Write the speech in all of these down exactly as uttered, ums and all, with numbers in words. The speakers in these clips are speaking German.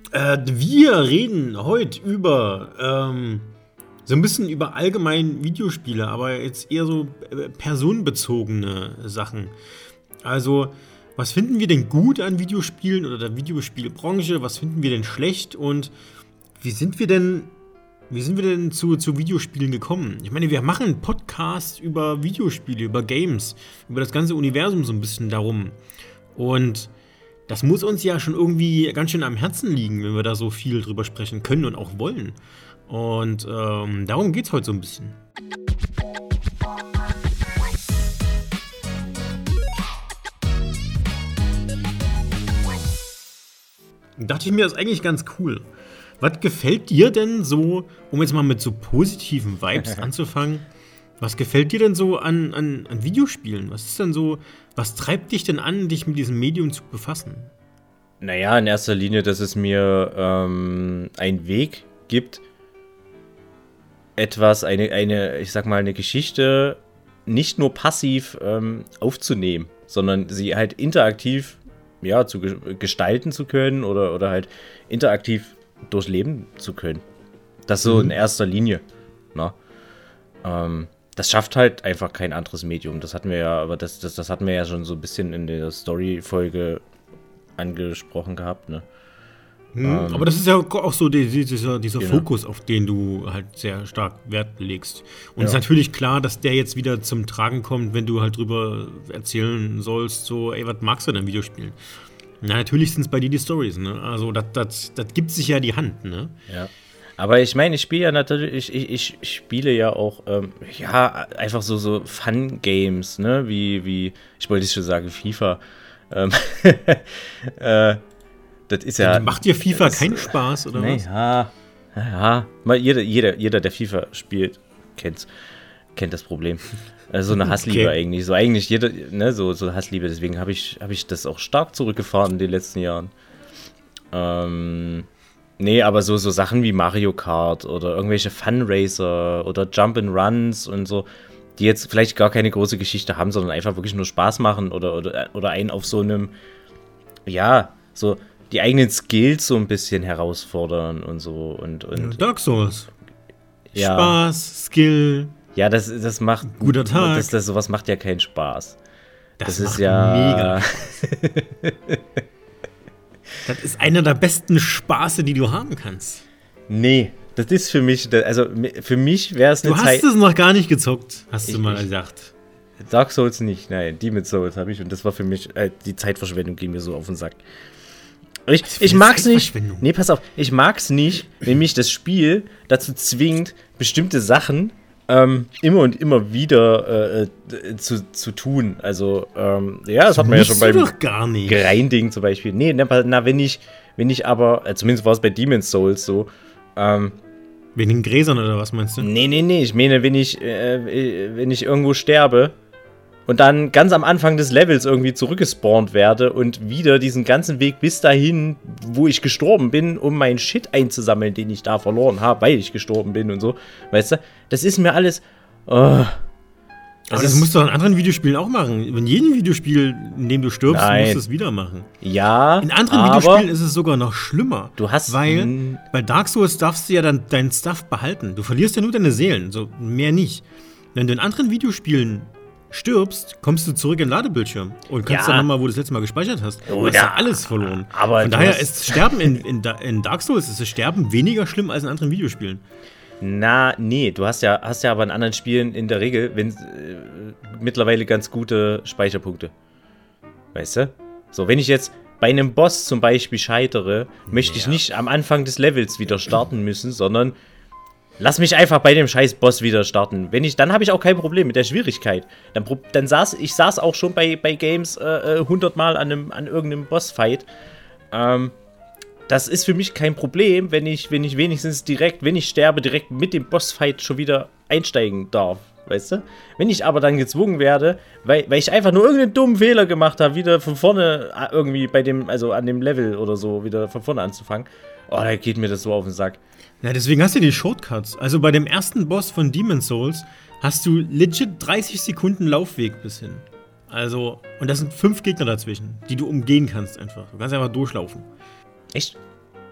Äh, wir reden heute über ähm, so ein bisschen über allgemein Videospiele, aber jetzt eher so äh, personenbezogene Sachen. Also, was finden wir denn gut an Videospielen oder der Videospielbranche? Was finden wir denn schlecht? Und wie sind wir denn, wie sind wir denn zu, zu Videospielen gekommen? Ich meine, wir machen einen Podcast über Videospiele, über Games, über das ganze Universum so ein bisschen darum. Und das muss uns ja schon irgendwie ganz schön am Herzen liegen, wenn wir da so viel drüber sprechen können und auch wollen. Und ähm, darum geht's heute so ein bisschen. Dachte ich mir, das ist eigentlich ganz cool. Was gefällt dir denn so, um jetzt mal mit so positiven Vibes anzufangen, was gefällt dir denn so an, an, an Videospielen? Was ist denn so, was treibt dich denn an, dich mit diesem Medium zu befassen? Naja, in erster Linie, dass es mir ähm, einen Weg gibt, etwas, eine, eine, ich sag mal, eine Geschichte nicht nur passiv ähm, aufzunehmen, sondern sie halt interaktiv ja, zu ge- gestalten zu können oder, oder halt interaktiv durchleben zu können. Das so mhm. in erster Linie. Na? Ähm, das schafft halt einfach kein anderes Medium. Das hatten wir ja, aber das, das, das hatten wir ja schon so ein bisschen in der Story-Folge angesprochen gehabt, ne? Hm, ähm, aber das ist ja auch so die, dieser, dieser genau. Fokus, auf den du halt sehr stark Wert legst. Und es Ja. ist natürlich klar, dass der jetzt wieder zum Tragen kommt, wenn du halt drüber erzählen sollst, so, ey, was magst du denn an Videospielen? Na, natürlich sind es bei dir die Storys, ne? Also, das, das, das gibt sich ja die Hand, ne? Ja. Aber ich meine, ich spiele ja natürlich, ich, ich, ich spiele ja auch, ähm, ja, einfach so, so Fun-Games, ne? Wie, wie, ich wollte schon sagen, FIFA. Ähm, äh, das ist ja. Macht dir FIFA das, keinen Spaß, oder nee, was? Ja, ja. Mal jeder, jeder, jeder, der FIFA spielt, kennt's, kennt das Problem. Also so eine Hassliebe Okay. eigentlich. So eigentlich jeder, ne, so, so Hassliebe. Deswegen habe ich, hab ich das auch stark zurückgefahren in den letzten Jahren. Ähm, nee, aber so, so Sachen wie Mario Kart oder irgendwelche Funracer oder Jump'n'Runs und so, die jetzt vielleicht gar keine große Geschichte haben, sondern einfach wirklich nur Spaß machen oder, oder, oder einen auf so einem, ja, so die eigenen Skills so ein bisschen herausfordern und so. Und, und Dark Souls. ja. Spaß, Skill. Ja, das, das macht. Guter Tag. Das, das, sowas macht ja keinen Spaß. Das, Das, macht ist ja. mega. Das ist einer der besten Spaße, die du haben kannst. Nee, das ist für mich. Also für mich wäre es eine Du hast Zeit. es noch gar nicht gezockt, hast Ich du mal nicht. gesagt. Dark Souls nicht, nein, Demon's Souls habe ich und das war für mich, äh, die Zeitverschwendung ging mir so auf den Sack. Ich, für ich eine mag's nicht, Zeitverschwendung? nee, pass auf, ich mag's nicht, wenn mich das Spiel dazu zwingt, bestimmte Sachen ähm, immer und immer wieder äh, zu, zu tun. Also, ähm, ja, das hat man ja schon Musst du beim doch gar nicht. Grinding zum Beispiel. Nee, na, na wenn ich, wenn ich aber, äh, zumindest war es bei Demon's Souls so, ähm, Wegen den Gräsern oder was meinst du? Nee, nee, nee. Ich meine, wenn ich, äh, wenn ich irgendwo sterbe und dann ganz am Anfang des Levels irgendwie zurückgespawnt werde und wieder diesen ganzen Weg bis dahin, wo ich gestorben bin, um meinen Shit einzusammeln, den ich da verloren habe, weil ich gestorben bin und so. Weißt du? Das ist mir alles. Oh, Aber das das ist- musst du in anderen Videospielen auch machen. In jedem Videospiel, in dem du stirbst, Nein. musst du es wieder machen. Ja, In anderen aber Videospielen ist es sogar noch schlimmer. Du hast- Weil Hm. bei Dark Souls darfst du ja dann deinen Stuff behalten. Du verlierst ja nur deine Seelen, so mehr nicht. Wenn du in anderen Videospielen stirbst, kommst du zurück in den Ladebildschirm und kannst Ja. dann nochmal, wo du das letzte Mal gespeichert hast. Du hast Oder- ja alles verloren. aber Von du daher hast- ist Sterben in, in, Da- in Dark Souls ist das Sterben weniger schlimm als in anderen Videospielen. Na, nee, du hast ja, hast ja aber in anderen Spielen in der Regel wenn, äh, mittlerweile ganz gute Speicherpunkte. Weißt du? So, wenn ich jetzt bei einem Boss zum Beispiel scheitere, möchte ich Ja. nicht am Anfang des Levels wieder starten müssen, sondern lass mich einfach bei dem scheiß Boss wieder starten. Wenn ich, dann habe ich auch kein Problem mit der Schwierigkeit. Dann, prob- dann saß ich saß auch schon bei, bei Games äh, hundertmal an, einem, an irgendeinem Bossfight. Ähm, das ist für mich kein Problem, wenn ich, wenn ich wenigstens direkt, wenn ich sterbe, direkt mit dem Bossfight schon wieder einsteigen darf. Weißt du? Wenn ich aber dann gezwungen werde, weil, weil ich einfach nur irgendeinen dummen Fehler gemacht habe, wieder von vorne äh, irgendwie bei dem, also an dem Level oder so, wieder von vorne anzufangen, oh, da geht mir das so auf den Sack. Ja, deswegen hast du die Shortcuts. Also bei dem ersten Boss von Demon's Souls hast du legit dreißig Sekunden Laufweg bis hin. Also, und da sind fünf Gegner dazwischen, die du umgehen kannst einfach. Du kannst einfach durchlaufen. Echt?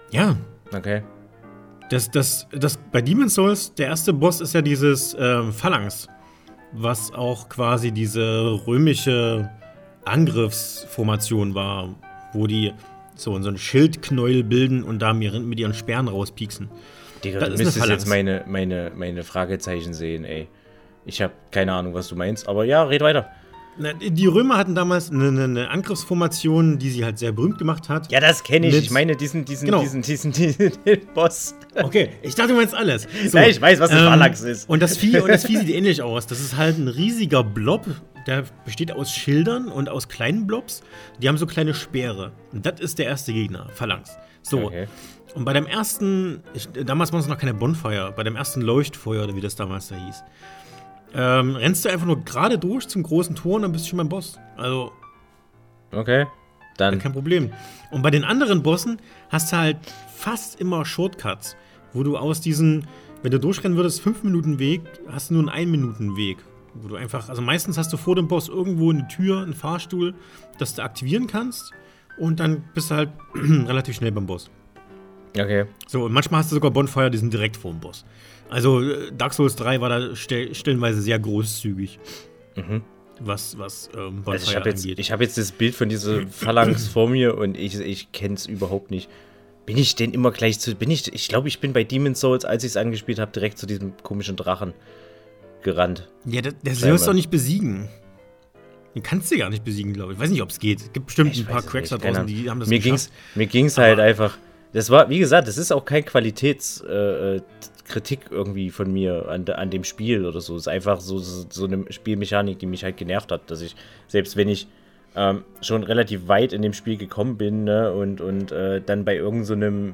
Ja. Okay. Das, das, das, bei Demon's Souls, der erste Boss ist ja dieses ähm, Phalanx, was auch quasi diese römische Angriffsformation war, wo die so, so ein Schildknäuel bilden und da mit ihren Speeren rauspieksen. Digga, du müsstest jetzt meine, meine, meine Fragezeichen sehen, ey. Ich habe keine Ahnung, was du meinst, aber ja, red weiter. Na, die Römer hatten damals eine, eine Angriffsformation, die sie halt sehr berühmt gemacht hat. Ja, das kenne ich. Ich meine diesen, diesen, genau. diesen, diesen, diesen, diesen Boss. Okay, ich dachte, du meinst alles. So, ja, ich weiß, was das ähm, Phalanx ist. Und das Vieh, und das Vieh sieht ähnlich aus. Das ist halt ein riesiger Blob, der besteht aus Schildern und aus kleinen Blobs. Die haben so kleine Speere. Und das ist der erste Gegner, Phalanx. So. Okay. Und bei dem ersten, ich, damals war es noch keine Bonfire, bei dem ersten Leuchtfeuer, oder wie das damals da hieß, ähm, rennst du einfach nur gerade durch zum großen Tor und dann bist du schon beim Boss. Also. Okay, dann. Kein Problem. Und bei den anderen Bossen hast du halt fast immer Shortcuts, wo du aus diesen, wenn du durchrennen würdest, fünf Minuten Weg, hast du nur einen ein Minuten Weg. Wo du einfach, also meistens hast du vor dem Boss irgendwo eine Tür, einen Fahrstuhl, das du aktivieren kannst und dann bist du halt relativ schnell beim Boss. Okay. So, und manchmal hast du sogar Bonfire, die sind direkt vor dem Boss. Also Dark Souls drei war da stell, stellenweise sehr großzügig, mhm. was, was ähm, Bonfire also ich hab jetzt, angeht. Ich habe jetzt das Bild von dieser Phalanx vor mir und ich, ich kenne es überhaupt nicht. Bin ich denn immer gleich zu, bin ich, ich glaube, ich bin bei Demon's Souls, als ich es angespielt habe, direkt zu diesem komischen Drachen gerannt. Ja, der, der sollst du doch nicht besiegen. Den kannst du gar nicht besiegen, glaube ich. Ich weiß nicht, ob es geht. Es gibt bestimmt ich ein paar Cracks da draußen, die haben das mir geschafft. Ging's, mir ging es halt einfach. Das war, wie gesagt, das ist auch kein Qualitätskritik äh, irgendwie von mir an, an dem Spiel oder so. Es ist einfach so, so, so eine Spielmechanik, die mich halt genervt hat, dass ich, selbst wenn ich ähm, schon relativ weit in dem Spiel gekommen bin, ne, und, und äh, dann bei irgendeinem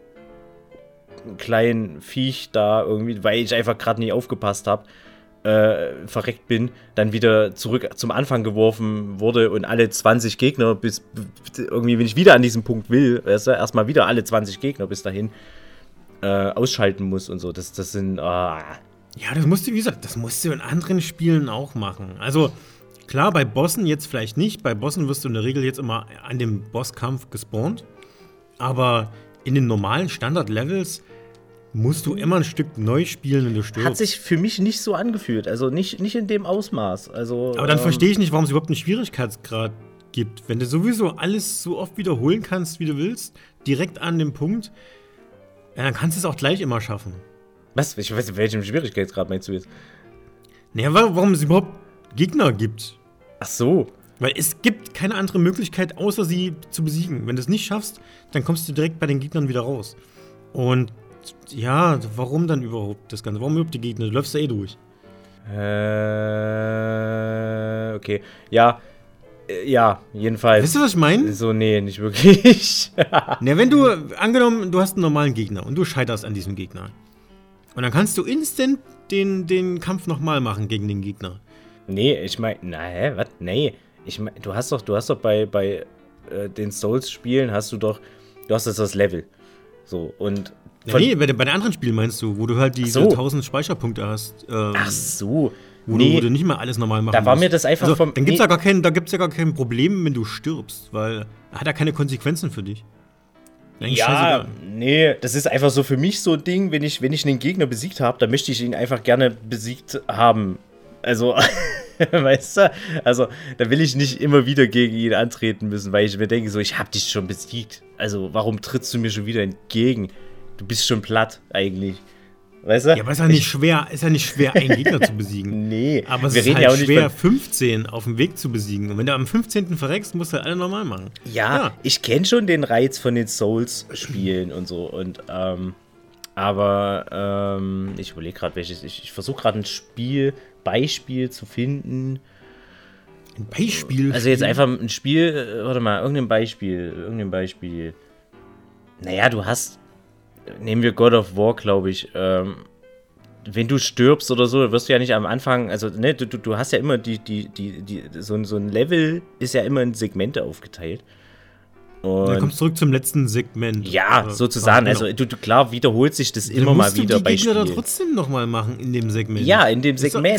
so kleinen Viech da irgendwie, weil ich einfach gerade nicht aufgepasst habe, Äh, verreckt bin, dann wieder zurück zum Anfang geworfen wurde und alle zwanzig Gegner bis irgendwie, wenn ich wieder an diesem Punkt will, weißt du, erstmal wieder alle zwanzig Gegner bis dahin äh, ausschalten muss und so. Das, das sind. Ah. Ja, das musst du, wie gesagt, das musst du in anderen Spielen auch machen. Also, klar, bei Bossen jetzt vielleicht nicht. Bei Bossen wirst du in der Regel jetzt immer an dem Bosskampf gespawnt. Aber in den normalen Standard-Levels musst du immer ein Stück neu spielen, wenn du stirbst. Hat sich für mich nicht so angefühlt. Also nicht, nicht in dem Ausmaß. Also, aber dann ähm, verstehe ich nicht, warum es überhaupt einen Schwierigkeitsgrad gibt. Wenn du sowieso alles so oft wiederholen kannst, wie du willst, direkt an dem Punkt, ja, dann kannst du es auch gleich immer schaffen. Was? Ich weiß nicht, welchen Schwierigkeitsgrad meinst du jetzt? Naja, warum es überhaupt Gegner gibt. Ach so. Weil es gibt keine andere Möglichkeit, außer sie zu besiegen. Wenn du es nicht schaffst, dann kommst du direkt bei den Gegnern wieder raus. Und ja, warum dann überhaupt das Ganze? Warum überhaupt die Gegner? Du läufst ja eh durch. Äh, okay. Ja, äh, ja, jedenfalls. Weißt du, was ich meine? So, nee, nicht wirklich. Na, wenn du, angenommen, du hast einen normalen Gegner und du scheiterst an diesem Gegner. Und dann kannst du instant den, den Kampf nochmal machen gegen den Gegner. Nee, ich meine, na, hä, was? Nee. Ich mein, du hast doch, du hast doch bei, bei äh, den Souls-Spielen hast du doch, du hast jetzt das Level. So, und ja, nee, bei, bei den anderen Spielen meinst du, wo du halt diese so. tausend Speicherpunkte hast. Ähm, Ach so. Wo, nee. du, wo du nicht mehr alles normal machen Da war musst. mir das einfach also, vom... Dann gibt's nee. ja gar kein, da gibt's ja gar kein Problem, wenn du stirbst, weil er hat ja keine Konsequenzen für dich. Eigentlich ja, scheißegal. Nee, das ist einfach so für mich so ein Ding, wenn ich, wenn ich einen Gegner besiegt habe, dann möchte ich ihn einfach gerne besiegt haben. Also, weißt du, also da will ich nicht immer wieder gegen ihn antreten müssen, weil ich mir denke, so, ich hab dich schon besiegt. Also, warum trittst du mir schon wieder entgegen? Du bist schon platt, eigentlich. Weißt du? Ja, aber ist ja nicht schwer, ist ja nicht schwer, einen Gegner zu besiegen. Nee, aber es wir ist reden halt ja auch nicht schwer, von fünfzehn auf dem Weg zu besiegen. Und wenn du am fünfzehnten verreckst, musst du halt alle normal machen. Ja, ja. Ich kenne schon den Reiz von den Souls-Spielen und so. Und, ähm, aber, ähm, ich überlege gerade, welches. Ich, ich versuche gerade ein Spiel, Beispiel zu finden. Ein Beispiel? Also jetzt einfach ein Spiel, warte mal, irgendein Beispiel, irgendein Beispiel. Naja, du hast, nehmen wir God of War, glaube ich, ähm, wenn du stirbst oder so, wirst du ja nicht am Anfang, also ne, du, du hast ja immer die, die, die, die, so, so ein Level ist ja immer in Segmente aufgeteilt. Und dann kommst du zurück zum letzten Segment. Ja, sozusagen. Genau. Also du, du, klar wiederholt sich das dann immer musst mal wieder du die bei Gegner Spielen. da trotzdem nochmal machen in dem Segment. Ja, in dem Segment. Das ist exakt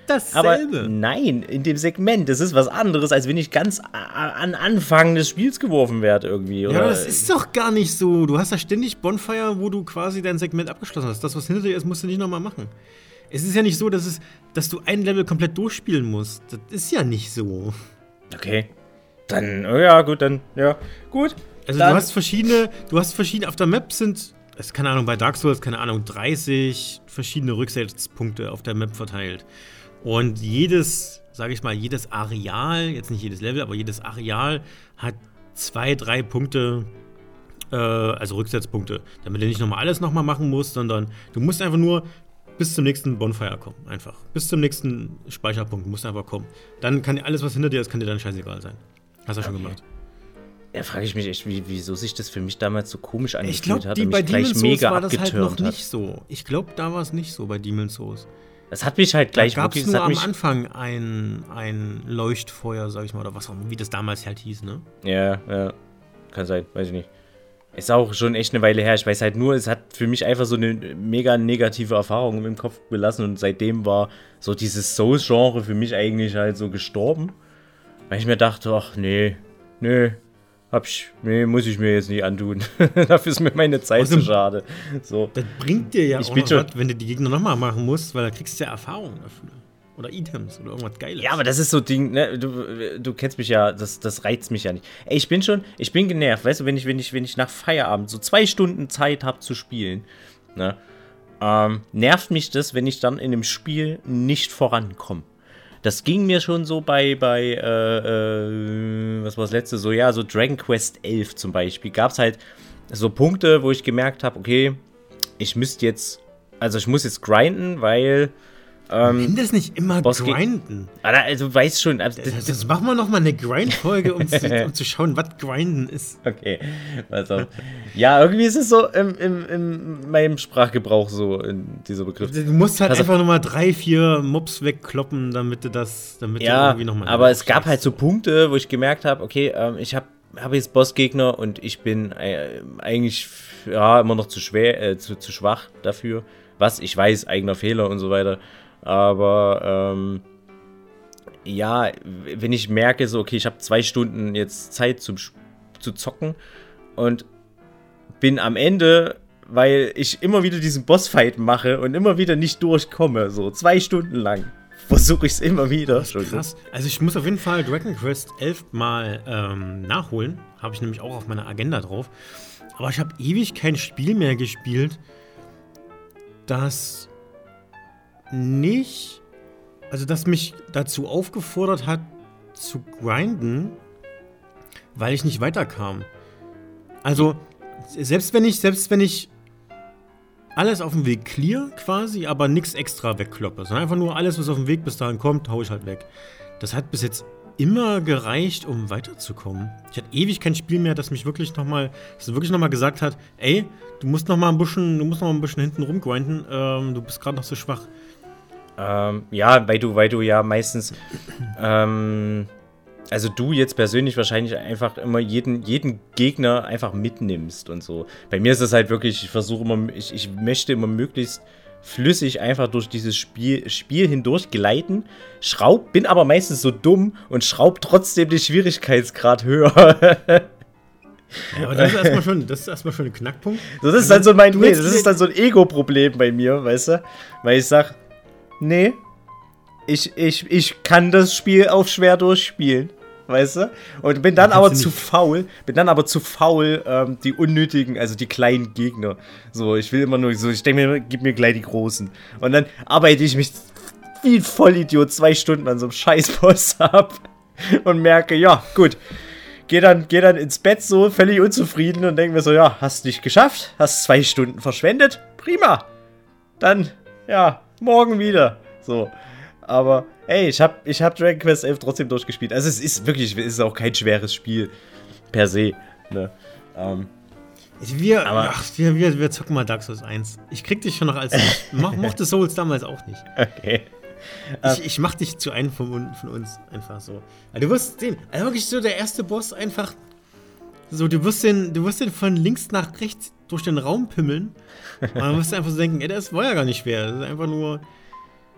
dasselbe. Aber nein, in dem Segment, das ist was anderes, als wenn ich ganz an Anfang des Spiels geworfen werde irgendwie. Oder? Ja, aber das ist doch gar nicht so. Du hast ja ständig Bonfire, wo du quasi dein Segment abgeschlossen hast. Das, was hinter dir ist, musst du nicht nochmal machen. Es ist ja nicht so, dass, es, dass du ein Level komplett durchspielen musst. Das ist ja nicht so. Okay. Dann, oh ja, gut, dann, ja, gut. Also dann. du hast verschiedene, du hast verschiedene, auf der Map sind, ist, keine Ahnung, bei Dark Souls, keine Ahnung, dreißig verschiedene Rücksetzpunkte auf der Map verteilt. Und jedes, sage ich mal, jedes Areal, jetzt nicht jedes Level, aber jedes Areal hat zwei, drei Punkte, äh, also Rücksetzpunkte, damit du nicht nochmal alles nochmal machen musst, sondern du musst einfach nur bis zum nächsten Bonfire kommen, einfach. Bis zum nächsten Speicherpunkt musst du einfach kommen. Dann kann dir alles, was hinter dir ist, kann dir dann scheißegal sein. Hast du okay. schon gemacht. Ja, frage ich mich echt, wie, wieso sich das für mich damals so komisch angefühlt ich glaub, hat die, und bei mich gleich Demon's mega Souls war das halt noch abgetürmt nicht hat. so. Ich glaube, da war es nicht so bei Demon's Souls. Das hat mich halt gleich da gab's wirklich... nur hat am mich, Anfang ein, ein Leuchtfeuer, sag ich mal, oder was auch immer, wie das damals halt hieß, ne? Ja, ja, kann sein, weiß ich nicht. Ist auch schon echt eine Weile her. Ich weiß halt nur, es hat für mich einfach so eine mega negative Erfahrung im Kopf gelassen und seitdem war so dieses Souls-Genre für mich eigentlich halt so gestorben. Weil ich mir dachte, ach nee, nee, hab ich, nee, muss ich mir jetzt nicht antun. Dafür ist mir meine Zeit Außerdem, zu schade. So. Das bringt dir ja Ich auch bin noch schon- was, wenn du die Gegner nochmal machen musst, weil da kriegst du ja Erfahrung dafür. Oder Items oder irgendwas Geiles. Ja, aber das ist so Ding, ne, du, du kennst mich ja, das, das reizt mich ja nicht. Ey, ich bin schon, ich bin genervt, weißt du, wenn ich, wenn ich, wenn ich nach Feierabend so zwei Stunden Zeit habe zu spielen, ne, ähm, nervt mich das, wenn ich dann in dem Spiel nicht vorankomme. Das ging mir schon so bei, bei, äh, äh, was war das letzte, so, ja, so Dragon Quest elf zum Beispiel, gab's halt so Punkte, wo ich gemerkt habe, okay, ich müsste jetzt, also ich muss jetzt grinden, weil, ähm, Nenn das nicht immer Boss geht- Grinden. also du weißt schon, also, Das, das machen wir nochmal eine Grind-Folge, um, zu- um zu schauen, was Grinden ist. okay, pass auf. Ja, irgendwie ist es so im, im, in meinem Sprachgebrauch so, in dieser Begriff. Du musst halt Pass auf. einfach nochmal drei, vier Mobs wegkloppen, damit du das, damit du Ja, irgendwie nochmal. aber es gab halt so Punkte, wo ich gemerkt habe, okay, ähm, ich habe hab jetzt Bossgegner und ich bin äh, eigentlich ja, immer noch zu schwer, äh, zu, zu schwach dafür. Was, ich weiß, eigener Fehler und so weiter. Aber ähm, ja, wenn ich merke, so, okay, ich habe zwei Stunden jetzt Zeit zum, Sch- zu zocken und bin am Ende, weil ich immer wieder diesen Bossfight mache und immer wieder nicht durchkomme, so zwei Stunden lang, versuche ich es immer wieder. Krass. Also ich muss auf jeden Fall Dragon Quest elf mal ähm, nachholen. Habe ich nämlich auch auf meiner Agenda drauf. Aber ich habe ewig kein Spiel mehr gespielt, das nicht, also das mich dazu aufgefordert hat, zu grinden, weil ich nicht weiterkam. Also, selbst wenn ich, selbst wenn ich alles auf dem Weg clear quasi, aber nichts extra wegkloppe, sondern einfach nur alles, was auf dem Weg bis dahin kommt, hau ich halt weg. Das hat bis jetzt immer gereicht, um weiterzukommen. Ich hatte ewig kein Spiel mehr, das mich wirklich nochmal, das wirklich nochmal gesagt hat, ey, du musst noch mal ein bisschen, du musst noch mal ein bisschen hinten rumgrinden, ähm, du bist gerade noch so schwach. Ähm, ja, weil du, weil du ja meistens, ähm, also du jetzt persönlich wahrscheinlich einfach immer jeden, jeden Gegner einfach mitnimmst und so. Bei mir ist es halt wirklich, ich versuche immer, ich, ich möchte immer möglichst flüssig einfach durch dieses Spiel, Spiel hindurch gleiten, schraub, bin aber meistens so dumm und schraub trotzdem den Schwierigkeitsgrad höher. Ja, aber das ist erstmal schon, das ist erstmal schon ein Knackpunkt. So, das ist dann so mein, Du nee, willst das dir- ist dann so ein Ego-Problem bei mir, weißt du? Weil ich sag, nee, ich, ich, ich kann das Spiel auf schwer durchspielen, weißt du? Und bin dann Kannst aber du zu nicht. faul, bin dann aber zu faul, ähm, die unnötigen, also die kleinen Gegner. So, ich will immer nur so, ich denke mir, gib mir gleich die großen. Und dann arbeite ich mich wie ein Vollidiot zwei Stunden an so einem Scheißboss ab und merke, ja, gut. Geh dann, geh dann ins Bett so, völlig unzufrieden und denke mir so, ja, hast nicht geschafft, hast zwei Stunden verschwendet, prima. Dann, ja, morgen wieder. So, aber, ey, ich hab, ich hab Dragon Quest elf trotzdem durchgespielt. Also es ist wirklich, es ist auch kein schweres Spiel, per se, ne. Ähm, Wir, Aber- ach, wir, wir, wir zocken mal Dark Souls eins. Ich krieg dich schon noch als. Ich mo- mochte Souls damals auch nicht. okay. Ich, ich mach dich zu einem von, un- von uns einfach so. Also du wirst den, also wirklich so der erste Boss einfach. So, du wirst den, du wirst den von links nach rechts durch den Raum pimmeln. Und dann wirst du einfach so denken, ey, das war ja gar nicht schwer. Das ist einfach nur.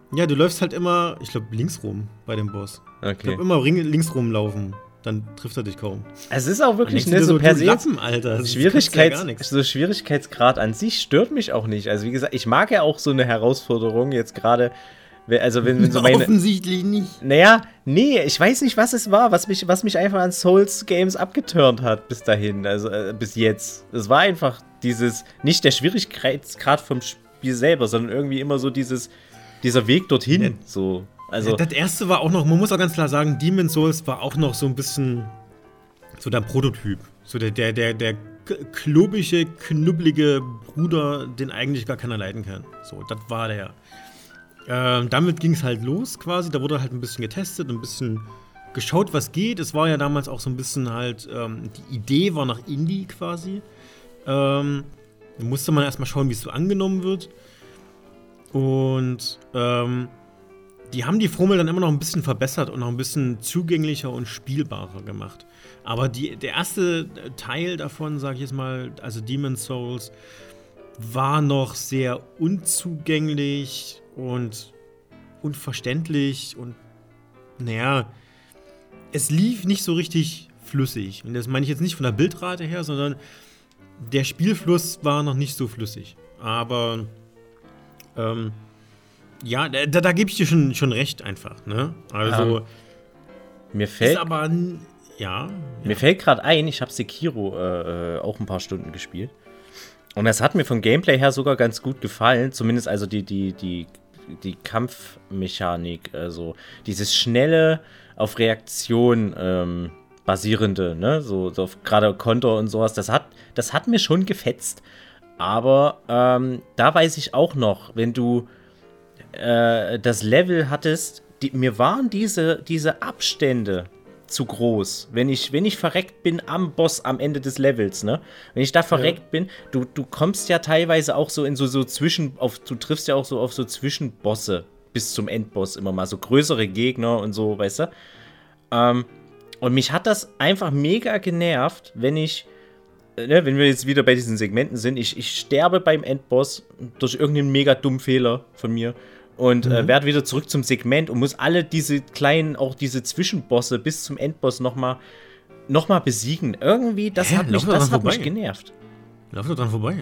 Ja, du läufst halt immer, ich glaube, links rum bei dem Boss. Okay. Ich glaube, immer ring, links rumlaufen. Dann trifft er dich kaum. Es ist auch wirklich nicht so, so per du se. Lappen, Alter. Das Schwierigkeits, ja gar nichts. so Schwierigkeitsgrad an sich stört mich auch nicht. Also wie gesagt, ich mag ja auch so eine Herausforderung jetzt gerade. Also wenn, wenn so meine. Offensichtlich nicht. Naja, nee, ich weiß nicht, was es war, was mich, was mich einfach an Souls-Games abgeturnt hat bis dahin, also äh, bis jetzt. Es war einfach dieses, nicht der Schwierigkeitsgrad vom Spiel selber, sondern irgendwie immer so dieses, dieser Weg dorhin. Ja. So. Also, ja, das erste war auch noch, man muss auch ganz klar sagen, Demon's Souls war auch noch so ein bisschen so der Prototyp. So der, der, der, der klobige, knubbelige Bruder, den eigentlich gar keiner leiden kann. So, das war der. Ähm, damit ging es halt los quasi. Da wurde halt ein bisschen getestet, ein bisschen geschaut, was geht. Es war ja damals auch so ein bisschen halt, ähm, die Idee war nach Indie quasi. Ähm, da musste man erstmal schauen, wie es so angenommen wird. Und ähm, die haben die Formel dann immer noch ein bisschen verbessert und noch ein bisschen zugänglicher und spielbarer gemacht. Aber die, der erste Teil davon, sag ich jetzt mal, also Demon's Souls, war noch sehr unzugänglich und unverständlich und naja, es lief nicht so richtig flüssig. Und das meine ich jetzt nicht von der Bildrate her, sondern der Spielfluss war noch nicht so flüssig. Aber ähm, ja, da, da gebe ich dir schon, schon recht einfach, ne? Also ähm, mir fällt ist aber ja, mir ja. fällt gerade ein, ich habe Sekiro äh, auch ein paar Stunden gespielt. Und das hat mir vom Gameplay her sogar ganz gut gefallen. Zumindest also die, die, die, die Kampfmechanik. Also dieses schnelle, auf Reaktion ähm, basierende, ne? So, so gerade Konter und sowas. Das hat, das hat mir schon gefetzt. Aber ähm, da weiß ich auch noch, wenn du äh, das Level hattest, die, mir waren diese, diese Abstände zu groß. Wenn ich, wenn ich verreckt bin am Boss am Ende des Levels, ne? Wenn ich da verreckt ja. bin, du, du kommst ja teilweise auch so in so, so Zwischen, auf, du triffst ja auch so auf so Zwischenbosse bis zum Endboss immer mal, so größere Gegner und so, weißt du? Ähm, und mich hat das einfach mega genervt, wenn ich, ne, wenn wir jetzt wieder bei diesen Segmenten sind, ich, ich sterbe beim Endboss durch irgendeinen mega dummen Fehler von mir. Und mhm. äh, werde wieder zurück zum Segment und muss alle diese kleinen, auch diese Zwischenbosse bis zum Endboss nochmal noch mal besiegen. Irgendwie, das Hä? hat, mich, das hat mich genervt. Lauf doch dran vorbei.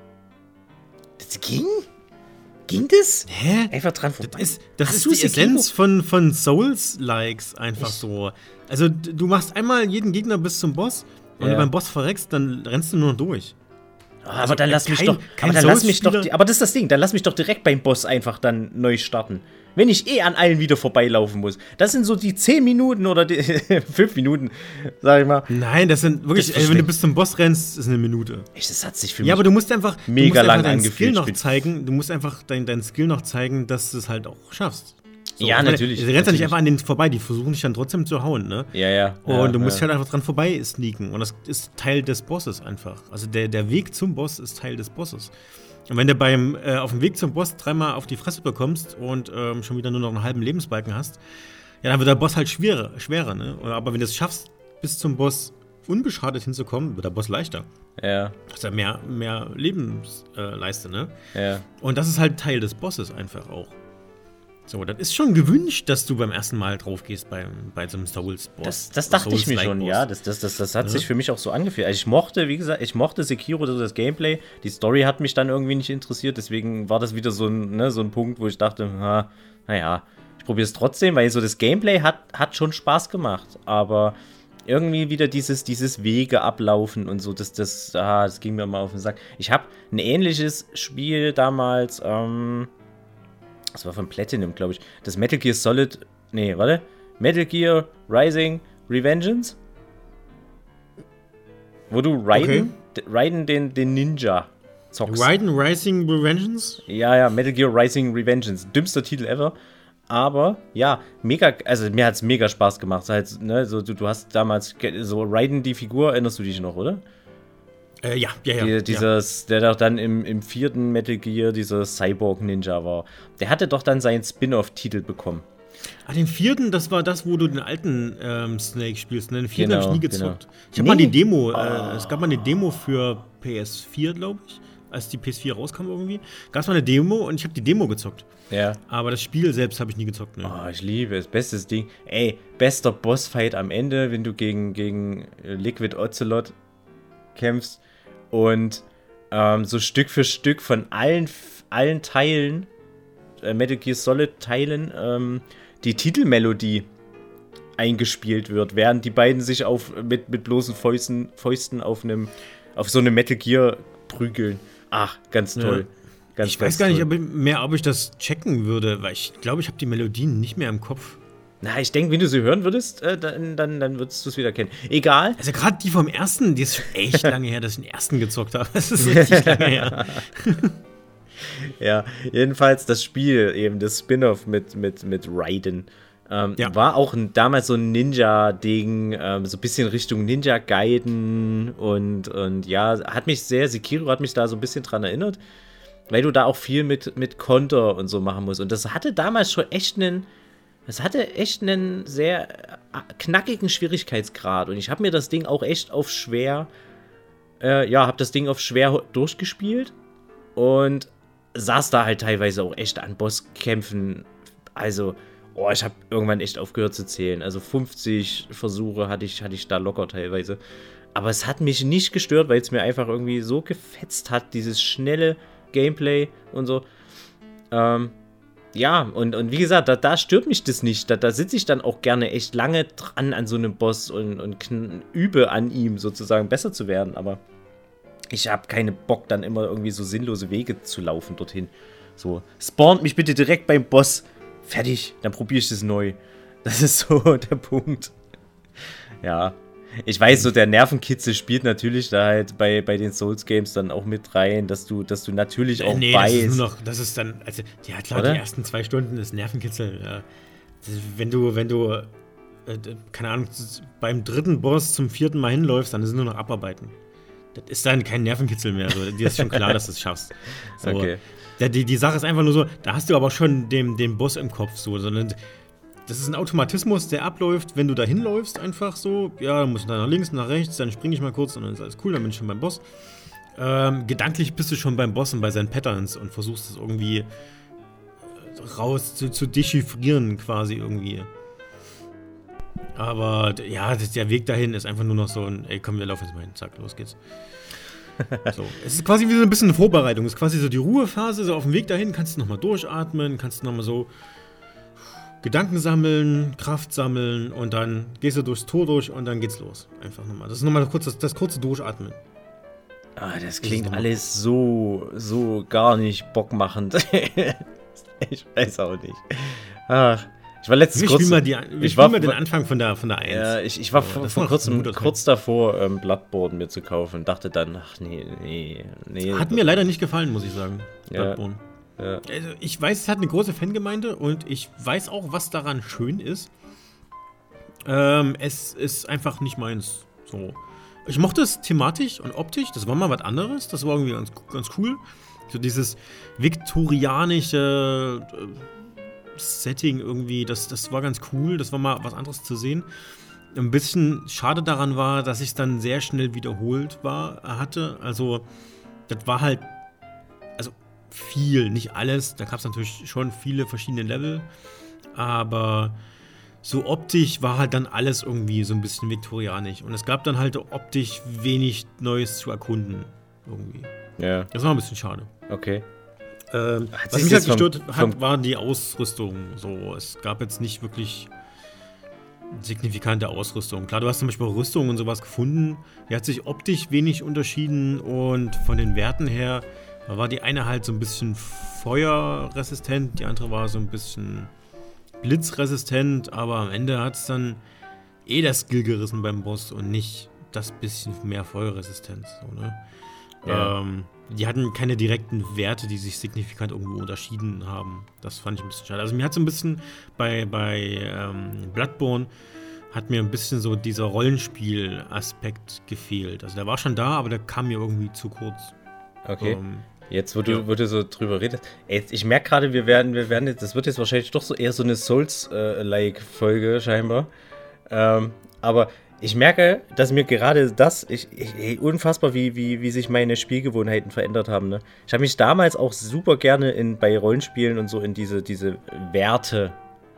Das ging? Ging das? Hä? Einfach dran vorbei. Das ist, das ist die Essenz von, von Souls-Likes einfach ich. so. Also, du machst einmal jeden Gegner bis zum Boss und ja. du beim Boss verreckst, dann rennst du nur noch durch. Also, aber dann lass kein, mich doch, aber dann lass mich doch, aber das ist das Ding, dann lass mich doch direkt beim Boss einfach dann neu starten. Wenn ich eh an allen wieder vorbeilaufen muss. Das sind so die zehn Minuten oder die fünf Minuten, sag ich mal. Nein, das sind wirklich, das ey, wenn du bis zum Boss rennst, ist eine Minute. Echt, das hat sich für mich Ja, aber du musst einfach, mega du musst lang einfach deinen angefühlt. Skill noch zeigen, du musst einfach deinen dein Skill noch zeigen, dass du es halt auch schaffst. So, ja, meine, natürlich. Du rennst ja nicht einfach an denen vorbei, die versuchen dich dann trotzdem zu hauen, ne? Ja, ja. Und ja, du musst ja. halt einfach dran vorbei sneaken. Und das ist Teil des Bosses einfach. Also der, der Weg zum Boss ist Teil des Bosses. Und wenn du beim, äh, auf dem Weg zum Boss dreimal auf die Fresse bekommst und ähm, schon wieder nur noch einen halben Lebensbalken hast, ja, dann wird der Boss halt schwerer, schwerer, ne? Aber wenn du es schaffst, bis zum Boss unbeschadet hinzukommen, wird der Boss leichter. Ja. Hast ja mehr, mehr Lebensleiste, äh, ne? Ja. Und das ist halt Teil des Bosses einfach auch. So, das ist schon gewünscht, dass du beim ersten Mal drauf gehst beim, bei so einem Souls-Boss. Das, das dachte ich mir schon, ja. Das, das, das, das hat ja. sich für mich auch so angefühlt. Also ich mochte, wie gesagt, ich mochte Sekiro, das Gameplay. Die Story hat mich dann irgendwie nicht interessiert. Deswegen war das wieder so ein, ne, so ein Punkt, wo ich dachte, na, naja, ich probiere es trotzdem, weil so das Gameplay hat, hat schon Spaß gemacht. Aber irgendwie wieder dieses, dieses Wege ablaufen und so, das, das, ah, das ging mir mal auf den Sack. Ich habe ein ähnliches Spiel damals, ähm, das war von Platinum, glaube ich. Das Metal Gear Solid. Nee, warte. Metal Gear Rising Revengeance? Wo du Raiden, okay. Raiden den, den Ninja zockst. Raiden Rising Revengeance? Ja, ja, Metal Gear Rising Revengeance. Dümmster Titel ever. Aber, ja, mega, also mir hat es mega Spaß gemacht. Halt, ne, so, du, du hast damals so Raiden, die Figur, erinnerst du dich noch, oder? Äh, ja, ja, ja. Die, dieses, der doch dann im, im vierten Metal Gear dieser Cyborg-Ninja war. Der hatte doch dann seinen Spin-off-Titel bekommen. Ah, den vierten, das war das, wo du den alten ähm, Snake spielst. Ne? Den vierten genau, habe ich nie gezockt. Genau. Ich habe nee. mal die Demo, oh. äh, es gab mal eine Demo für P S vier, glaube ich. als die P S vier rauskam irgendwie. Gab es mal eine Demo und ich habe die Demo gezockt. Ja. Aber das Spiel selbst habe ich nie gezockt. Ne? Oh, ich liebe es. Bestes Ding. Ey, bester Bossfight am Ende, wenn du gegen, gegen Liquid Ocelot kämpfst und ähm, so Stück für Stück von allen, allen Teilen, äh, Metal Gear Solid Teilen, ähm, die Titelmelodie eingespielt wird, während die beiden sich auf, mit, mit bloßen Fäusten, Fäusten auf, einem, auf so einem Metal Gear prügeln. Ach, ganz toll. Ja. Ganz, ich ganz weiß gar nicht toll. ob ich, mehr, ob ich das checken würde, weil ich glaube, ich habe die Melodien nicht mehr im Kopf. Na, ich denke, wenn du sie hören würdest, äh, dann, dann, dann würdest du es wieder kennen. Egal. Also gerade die vom ersten, die ist schon echt lange her, dass ich den ersten gezockt habe. Das ist richtig lange her. Ja, jedenfalls das Spiel, eben das Spin-off mit, mit, mit Raiden, ähm, ja. war auch ein, damals so ein Ninja-Ding, ähm, so ein bisschen Richtung Ninja Gaiden und, und ja, hat mich sehr, Sekiro hat mich da so ein bisschen dran erinnert, weil du da auch viel mit, mit Konter und so machen musst. Und das hatte damals schon echt einen, das hatte echt einen sehr knackigen Schwierigkeitsgrad und ich habe mir das Ding auch echt auf schwer, äh, ja, habe das Ding auf schwer durchgespielt und saß da halt teilweise auch echt an Bosskämpfen. Also, oh, ich habe irgendwann echt aufgehört zu zählen. Also fünfzig Versuche hatte ich, hatte ich da locker teilweise. Aber es hat mich nicht gestört, weil es mir einfach irgendwie so gefetzt hat, dieses schnelle Gameplay und so. Ähm, ja, und, und wie gesagt, da, da stört mich das nicht. Da, da sitze ich dann auch gerne echt lange dran an so einem Boss und, und kn- übe an ihm sozusagen besser zu werden. Aber ich habe keinen Bock, dann immer irgendwie so sinnlose Wege zu laufen dorthin. So, spawnt mich bitte direkt beim Boss. Fertig, dann probiere ich das neu. Das ist so der Punkt. Ja, ich weiß, so der Nervenkitzel spielt natürlich da halt bei, bei den Souls-Games dann auch mit rein, dass du, dass du natürlich auch nee, weißt. Das ist nur noch, das ist dann, also, ja klar, Oder? Die ersten zwei Stunden ist Nervenkitzel. Ja. Wenn du, wenn du, äh, keine Ahnung, beim dritten Boss zum vierten Mal hinläufst, dann ist es nur noch Abarbeiten. Das ist dann kein Nervenkitzel mehr. So. Dir ist schon klar, dass du es schaffst. So. Okay. Die, die Sache ist einfach nur so, da hast du aber schon den, den Boss im Kopf. So, sondern das ist ein Automatismus, der abläuft, wenn du da hinläufst, einfach so. Ja, dann musst du da nach links, nach rechts, dann springe ich mal kurz und dann ist alles cool, dann bin ich schon beim Boss. Ähm, gedanklich bist du schon beim Boss und bei seinen Patterns und versuchst es irgendwie raus zu, zu dechiffrieren, quasi irgendwie. Aber ja, das, der Weg dahin ist einfach nur noch so ein, ey, komm, wir laufen jetzt mal hin, zack, los geht's. So. Es ist quasi wie so ein bisschen eine Vorbereitung. Es ist quasi so die Ruhephase, so auf dem Weg dahin kannst du nochmal durchatmen, kannst du nochmal so Gedanken sammeln, Kraft sammeln und dann gehst du durchs Tor durch und dann geht's los. Einfach nochmal. Das ist nochmal kurz, das, das kurze Durchatmen. Ah, das klingt das alles so, so gar nicht bockmachend. Ich weiß auch nicht. Ach, ich war letztens wir kurz... Spielen mal die, wir ich spielen war, mal den Anfang von der, von der eins. Ja, ich, ich war so, vor, vor kurzem kurz davor, ähm, Bloodborne mir zu kaufen und dachte dann, ach nee, nee, nee. Hat mir leider nicht gefallen, muss ich sagen, Bloodborne. Ja, ja. Also ich weiß, es hat eine große Fangemeinde und ich weiß auch, was daran schön ist. Ähm, es ist einfach nicht meins. So. Ich mochte es thematisch und optisch, das war mal was anderes, das war irgendwie ganz, ganz cool. So dieses viktorianische äh, Setting irgendwie, das, das war ganz cool, das war mal was anderes zu sehen. Ein bisschen schade daran war, dass ich es dann sehr schnell wiederholt war, hatte. Also, das war halt, also viel, nicht alles. Da gab es natürlich schon viele verschiedene Level, aber so optisch war halt dann alles irgendwie so ein bisschen viktorianisch. Und es gab dann halt optisch wenig Neues zu erkunden, irgendwie. Ja. Das war ein bisschen schade. Okay. Ähm, Hat was sich mich halt das vom- gestört hat, vom- war die Ausrüstung. So, es gab jetzt nicht wirklich signifikante Ausrüstung. Klar, du hast zum Beispiel Rüstung und sowas gefunden. Die hat sich optisch wenig unterschieden und von den Werten her war die eine halt so ein bisschen feuerresistent, die andere war so ein bisschen blitzresistent, aber am Ende hat es dann eh das Skill gerissen beim Boss und nicht das bisschen mehr Feuerresistenz. So, ne? Ja. Ähm, die hatten keine direkten Werte, die sich signifikant irgendwo unterschieden haben. Das fand ich ein bisschen schade. Also mir hat so ein bisschen bei, bei ähm, Bloodborne hat mir ein bisschen so dieser Rollenspiel-Aspekt gefehlt. Also der war schon da, aber der kam mir irgendwie zu kurz. Okay. Ähm, Jetzt, wo du, ja. wo du so drüber redest. Ey, jetzt, ich merke gerade, wir werden, wir werden jetzt, das wird jetzt wahrscheinlich doch so eher so eine Souls-like-Folge scheinbar. Ähm, aber Ich merke, dass mir gerade das, ich, ich, unfassbar, wie, wie, wie sich meine Spielgewohnheiten verändert haben. Ne? Ich habe mich damals auch super gerne in, bei Rollenspielen und so in diese, diese Werte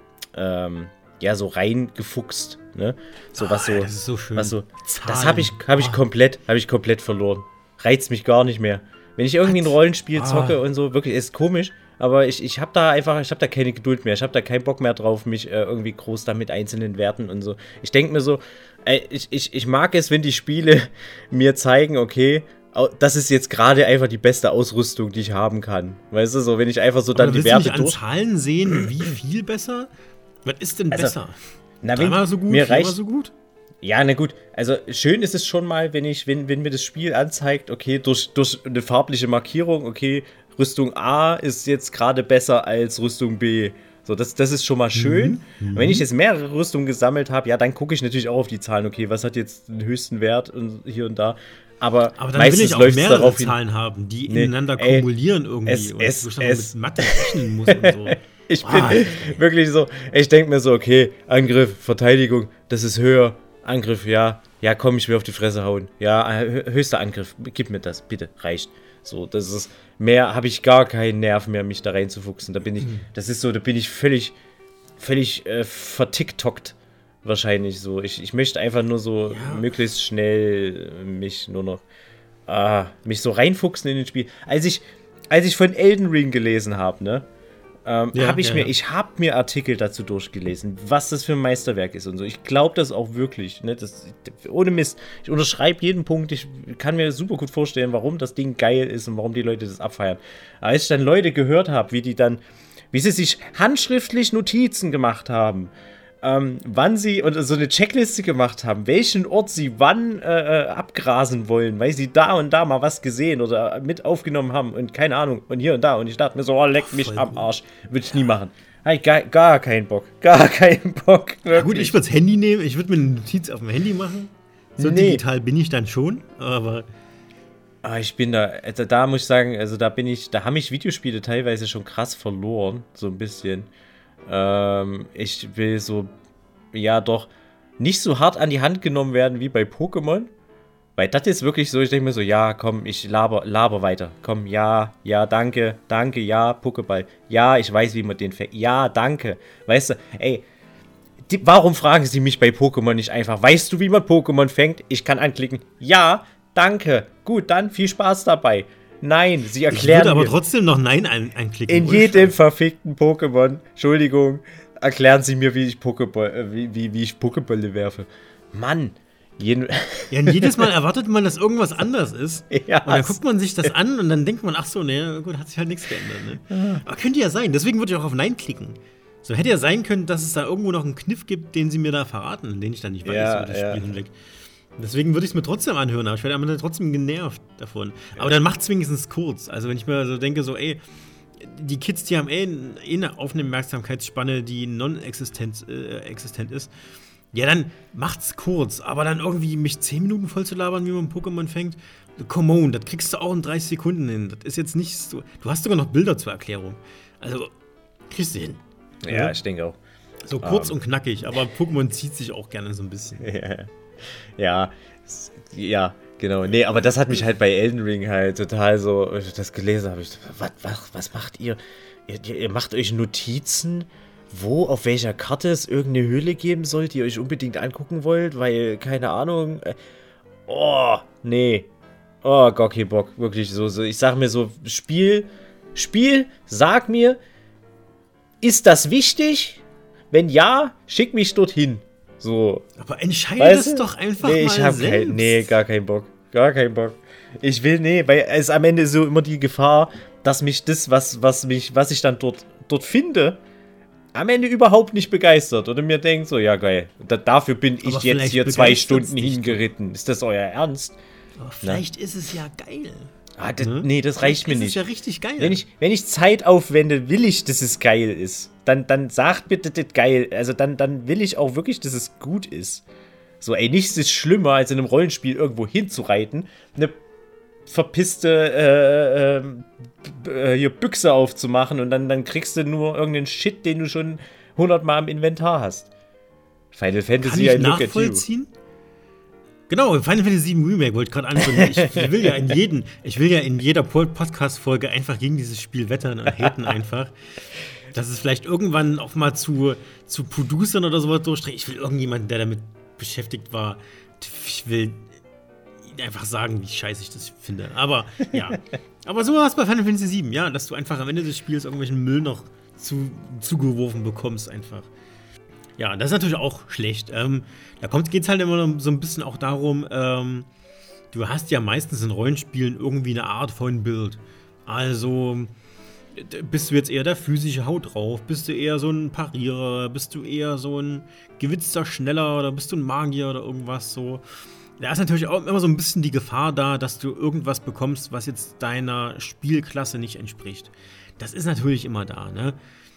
ähm, ja, so reingefuchst. Ne? So, was so, oh, das ist so schön. Was so, das habe ich, hab ich, oh. komplett, hab ich komplett verloren. Reizt mich gar nicht mehr. Wenn ich irgendwie ein Rollenspiel zocke oh. und so, wirklich, ist komisch. Aber ich, ich habe da einfach, ich habe da keine Geduld mehr. Ich habe da keinen Bock mehr drauf, mich äh, irgendwie groß da mit einzelnen Werten und so. Ich denke mir so, ey, ich, ich, ich mag es, wenn die Spiele mir zeigen, okay, das ist jetzt gerade einfach die beste Ausrüstung, die ich haben kann. Weißt du, so, wenn ich einfach so dann Aber die Werte du nicht durch... an Zahlen sehen, wie viel besser? Was ist denn Also, besser? Na, Dreimal so gut, mir viermal reicht, so gut? Ja, na gut. Also schön ist es schon mal, wenn ich, wenn, wenn mir das Spiel anzeigt, okay, durch, durch eine farbliche Markierung, okay, Rüstung A ist jetzt gerade besser als Rüstung B. So, das, das ist schon mal schön. Mhm. Wenn ich jetzt mehrere Rüstungen gesammelt habe, ja, dann gucke ich natürlich auch auf die Zahlen, okay, was hat jetzt den höchsten Wert und hier und da. Aber, Aber dann meistens will ich auch läuft's mehrere darauf hin, Zahlen haben, die Nee, ineinander ey, kumulieren irgendwie. es- und es- wo ich dann es- mit Mathe rechnen muss und so. Ich bin Ah. wirklich so, ich denke mir so, okay, Angriff, Verteidigung, das ist höher. Angriff, ja, ja, komm, ich will auf die Fresse hauen. Ja, hö- höchster Angriff, gib mir das, bitte, reicht. So, das ist, mehr habe ich gar keinen Nerv mehr, mich da reinzufuchsen. Da bin ich, das ist so, da bin ich völlig, völlig äh, vertiktockt wahrscheinlich so. Ich, ich möchte einfach nur so Ja. möglichst schnell mich nur noch, ah, mich so reinfuchsen in den Spiel. Als ich, als ich von Elden Ring gelesen habe, ne, ähm, Ja, habe ich ja, mir, ja. ich habe mir Artikel dazu durchgelesen, was das für ein Meisterwerk ist und so. Ich glaube das auch wirklich, ne, das, ohne Mist. Ich unterschreibe jeden Punkt. Ich kann mir super gut vorstellen, warum das Ding geil ist und warum die Leute das abfeiern. Aber als ich dann Leute gehört habe, wie die dann, wie sie sich handschriftlich Notizen gemacht haben, ähm, wann sie und so eine Checkliste gemacht haben, welchen Ort sie wann äh, äh, abgrasen wollen, weil sie da und da mal was gesehen oder mit aufgenommen haben und keine Ahnung und hier und da und ich dachte mir so, oh, leck mich Voll am gut. Arsch, würde ich nie machen. Hab ich gar, gar keinen Bock, gar keinen Bock. Ja, gut, ich würde das Handy nehmen, ich würde mir eine Notiz auf dem Handy machen. So Nee. digital bin ich dann schon, aber Ah, ich bin da, also da muss ich sagen, also da bin ich, da haben mich Videospiele teilweise schon krass verloren, so ein bisschen. Ähm, ich will so, ja doch, nicht so hart an die Hand genommen werden wie bei Pokémon. Weil das ist wirklich so, ich denke mir so, ja, komm, ich laber, laber weiter. Komm, ja, ja, danke, danke, ja, Pokéball. Ja, ich weiß, wie man den fängt. Ja, danke. Weißt du, ey, die, warum fragen sie mich bei Pokémon nicht einfach, weißt du, wie man Pokémon fängt? Ich kann anklicken, ja, danke. Gut, dann viel Spaß dabei. Nein, sie ich erklären würde aber mir trotzdem noch Nein ein einklicken. in ohne jedem Scheiß. verfickten Pokémon, Entschuldigung, erklären sie mir, wie ich Pokéball, äh, wie, wie, wie ich Pokébälle werfe. Mann, jeden, Ja, und jedes Mal erwartet man, dass irgendwas anders ist. Ja, und dann es- guckt man sich das an und dann denkt man, ach so, ne, gut, hat sich halt nichts geändert. Ne? Aber könnte ja sein, deswegen würde ich auch auf Nein klicken. So hätte ja sein können, dass es da irgendwo noch einen Kniff gibt, den sie mir da verraten, den ich dann nicht weiß Ja, über das ja. Spiel hinweg. Deswegen würde ich es mir trotzdem anhören, aber ich werde aber trotzdem genervt davon. Aber dann macht es wenigstens kurz. Also wenn ich mir so denke, so, ey, die Kids, die haben eh, eh eine Aufmerksamkeitsspanne, die non-existent äh, existent ist. Ja, dann macht's kurz, aber dann irgendwie mich zehn Minuten voll zu labern, wie man Pokémon fängt. Come on, das kriegst du auch in dreißig Sekunden hin. Das ist jetzt nicht so. Du hast sogar noch Bilder zur Erklärung. Also, kriegst du hin. ja, ich denke auch. So kurz Ähm. und knackig, aber Pokémon zieht sich auch gerne so ein bisschen. Ja, ja, s- ja, genau. Nee, aber das hat mich halt bei Elden Ring halt total so, als ich das gelesen habe, ich, was, was, was macht ihr? ihr? Ihr macht euch Notizen, wo, auf welcher Karte es irgendeine Höhle geben soll, die ihr euch unbedingt angucken wollt, weil, keine Ahnung, äh, oh, nee, oh, gar kein Bock, wirklich so, so, ich sag mir so, Spiel, Spiel, sag mir, ist das wichtig? Wenn ja, schick mich dorthin. So. Aber entscheide Weißt es du? doch einfach Nee, mal ich hab selbst. kein, nee, gar keinen Bock. Gar keinen Bock. Ich will, nee, weil es am Ende so immer die Gefahr, dass mich das, was, was mich, was ich dann dort, dort finde, am Ende überhaupt nicht begeistert. Oder mir denkt so, ja geil, da, dafür bin ich Aber jetzt vielleicht hier zwei begeistert's Stunden dich. hingeritten. Ist das euer Ernst? Aber vielleicht ist es ja geil. Ah, das, Ne? Nee, das reicht mir Vielleicht nicht. ist es ja richtig geil. Wenn ich, wenn ich Zeit aufwende, will ich, dass es geil ist. Dann, dann sagt bitte, das geil. Also dann, dann will ich auch wirklich, dass es gut ist. So, ey, nichts ist schlimmer, als in einem Rollenspiel irgendwo hinzureiten, eine verpisste äh, äh, b- äh, hier Büchse aufzumachen und dann, dann kriegst du nur irgendeinen Shit, den du schon hundertmal im Inventar hast. Final Kann Fantasy, ich I look at you. nachvollziehen, Genau, Final Fantasy sieben Remake wollte ich gerade anbringen. Ich, ich will ja in jeden, ich will ja in jeder Podcast-Folge einfach gegen dieses Spiel wettern und haten einfach. Dass es vielleicht irgendwann auch mal zu, zu Producern oder sowas durchdreht. Ich will irgendjemanden, der damit beschäftigt war, ich will einfach sagen, wie scheiße ich das finde. Aber ja, aber so war es bei Final Fantasy sieben, ja, dass du einfach am Ende des Spiels irgendwelchen Müll noch zu, zugeworfen bekommst einfach. Ja, das ist natürlich auch schlecht. Ähm, da geht es halt immer so ein bisschen auch darum, ähm, du hast ja meistens in Rollenspielen irgendwie eine Art von Bild. Also bist du jetzt eher der physische Haut drauf? Bist du eher so ein Parierer? Bist du eher so ein gewitzter Schneller? Oder bist du ein Magier oder irgendwas so? Da ist natürlich auch immer so ein bisschen die Gefahr da, dass du irgendwas bekommst, was jetzt deiner Spielklasse nicht entspricht. Das ist natürlich immer da, ne?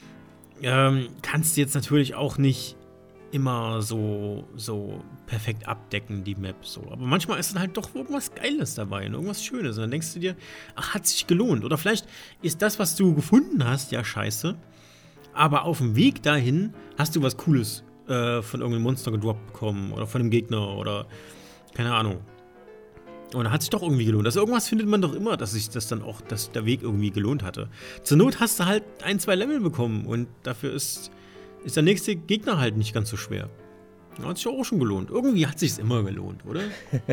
Ähm, kannst du jetzt natürlich auch nicht immer so, so perfekt abdecken, die Map so. Aber manchmal ist dann halt doch irgendwas Geiles dabei und irgendwas Schönes. Und dann denkst du dir, ach, hat sich gelohnt. Oder vielleicht ist das, was du gefunden hast, ja scheiße. Aber auf dem Weg dahin hast du was Cooles äh, von irgendeinem Monster gedroppt bekommen. Oder von einem Gegner oder keine Ahnung. Und dann hat sich doch irgendwie gelohnt. Also irgendwas findet man doch immer, dass sich das dann auch, dass der Weg irgendwie gelohnt hatte. Zur Not hast du halt ein, zwei Level bekommen und dafür ist, ist der nächste Gegner halt nicht ganz so schwer. Hat sich auch schon gelohnt. Irgendwie hat sich's immer gelohnt, oder?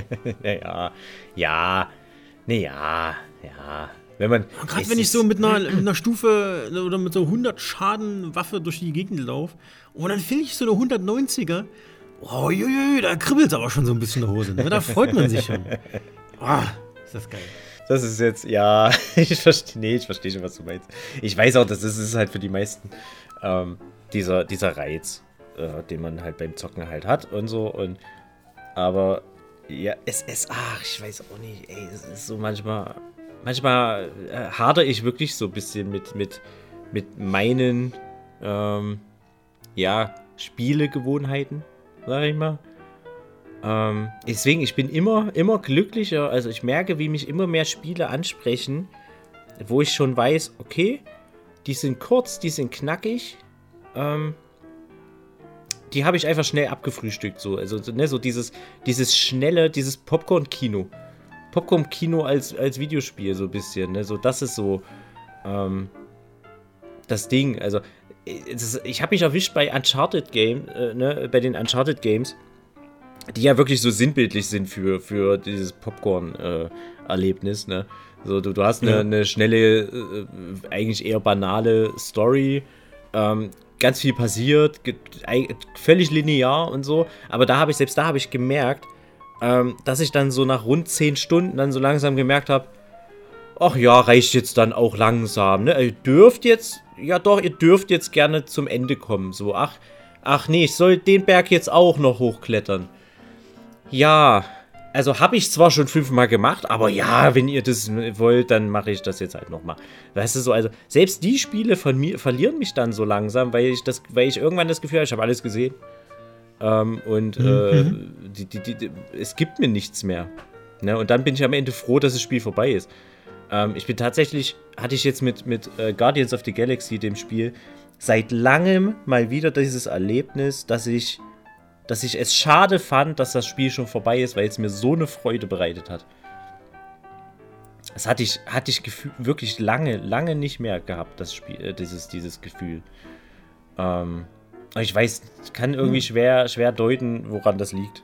Naja, ja, naja, ja. Wenn man. Gerade wenn ich so mit einer, mit einer Stufe oder mit so hundert Schaden Waffe durch die Gegend laufe und dann finde ich so eine hundertneunziger. Oh, jui, da kribbelt es aber schon so ein bisschen in der Hose. Ne? Da freut man sich schon. Ah, ist das geil. Das ist jetzt, ja, ich verstehe, nee, ich verstehe schon, was du meinst. Ich weiß auch, das ist, ist halt für die meisten ähm, dieser, dieser Reiz, äh, den man halt beim Zocken halt hat und so. Und aber ja, es ist, ach, ich weiß auch nicht, ey, es ist so manchmal, manchmal äh, hadere ich wirklich so ein bisschen mit, mit, mit meinen, ähm, ja, Spielegewohnheiten. Sag ich mal. Ähm, deswegen, ich bin immer, immer glücklicher. Also ich merke, wie mich immer mehr Spiele ansprechen, wo ich schon weiß, okay, die sind kurz, die sind knackig. Ähm, die habe ich einfach schnell abgefrühstückt. So. Also ne, so dieses, dieses schnelle, dieses Popcorn-Kino. Popcorn-Kino als, als Videospiel so ein bisschen. Ne? So, das ist so ähm, das Ding. Also ich habe mich erwischt bei Uncharted Game, äh, ne, bei den Uncharted Games, die ja wirklich so sinnbildlich sind für, für dieses Popcorn-Erlebnis, äh, ne? So, du, du hast eine, ja. eine schnelle, äh, eigentlich eher banale Story, ähm, ganz viel passiert, ge- völlig linear und so, aber da habe ich, selbst da habe ich gemerkt, ähm, dass ich dann so nach rund zehn Stunden dann so langsam gemerkt habe, ach ja, reicht jetzt dann auch langsam, ne? Ihr dürft jetzt, ja doch, ihr dürft jetzt gerne zum Ende kommen. So, ach, ach nee, ich soll den Berg jetzt auch noch hochklettern. Ja, also habe ich zwar schon fünfmal gemacht, aber ja, wenn ihr das wollt, dann mache ich das jetzt halt nochmal. Weißt du so, also selbst die Spiele von mir verlieren mich dann so langsam, weil ich das, weil ich irgendwann das Gefühl habe, ich habe alles gesehen. Ähm, und mhm. äh, die, die, die, die, es gibt mir nichts mehr. Ne? Und dann bin ich am Ende froh, dass das Spiel vorbei ist. Ähm, ich bin tatsächlich, hatte ich jetzt mit, mit äh, Guardians of the Galaxy, dem Spiel, seit langem mal wieder dieses Erlebnis, dass ich, dass ich es schade fand, dass das Spiel schon vorbei ist, weil es mir so eine Freude bereitet hat. Das hatte ich, hatte ich gefühl, wirklich lange, lange nicht mehr gehabt, das Spiel, äh, dieses, dieses Gefühl. Ähm, ich weiß, ich kann irgendwie schwer, schwer deuten, woran das liegt.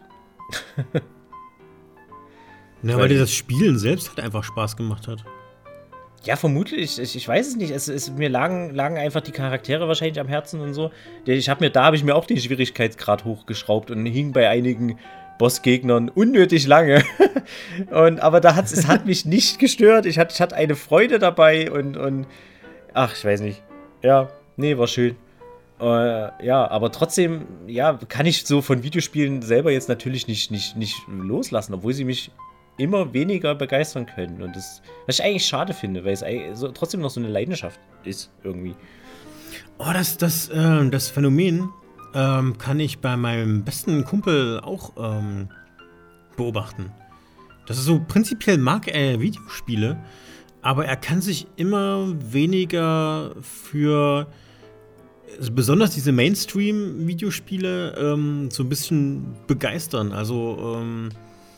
Na, weil dir das Spielen selbst halt einfach Spaß gemacht hat. Ja, vermutlich. Ich, ich weiß es nicht. Es, es, mir lagen, lagen einfach die Charaktere wahrscheinlich am Herzen und so. Ich hab mir, da habe ich mir auch den Schwierigkeitsgrad hochgeschraubt und hing bei einigen Bossgegnern unnötig lange. und, aber da hat's, es hat mich nicht gestört. Ich hatte, ich hatte eine Freude dabei und, und ach, ich weiß nicht. Ja, nee, war schön. Äh, ja, aber trotzdem, ja, kann ich so von Videospielen selber jetzt natürlich nicht, nicht, nicht loslassen, obwohl sie mich immer weniger begeistern können. Und das, was ich eigentlich schade finde, weil es so, trotzdem noch so eine Leidenschaft ist, irgendwie. Oh, das, das, äh, das Phänomen ähm, kann ich bei meinem besten Kumpel auch ähm, beobachten. Das ist so, prinzipiell mag er Videospiele, aber er kann sich immer weniger für also besonders diese Mainstream-Videospiele ähm, so ein bisschen begeistern. Also, ähm,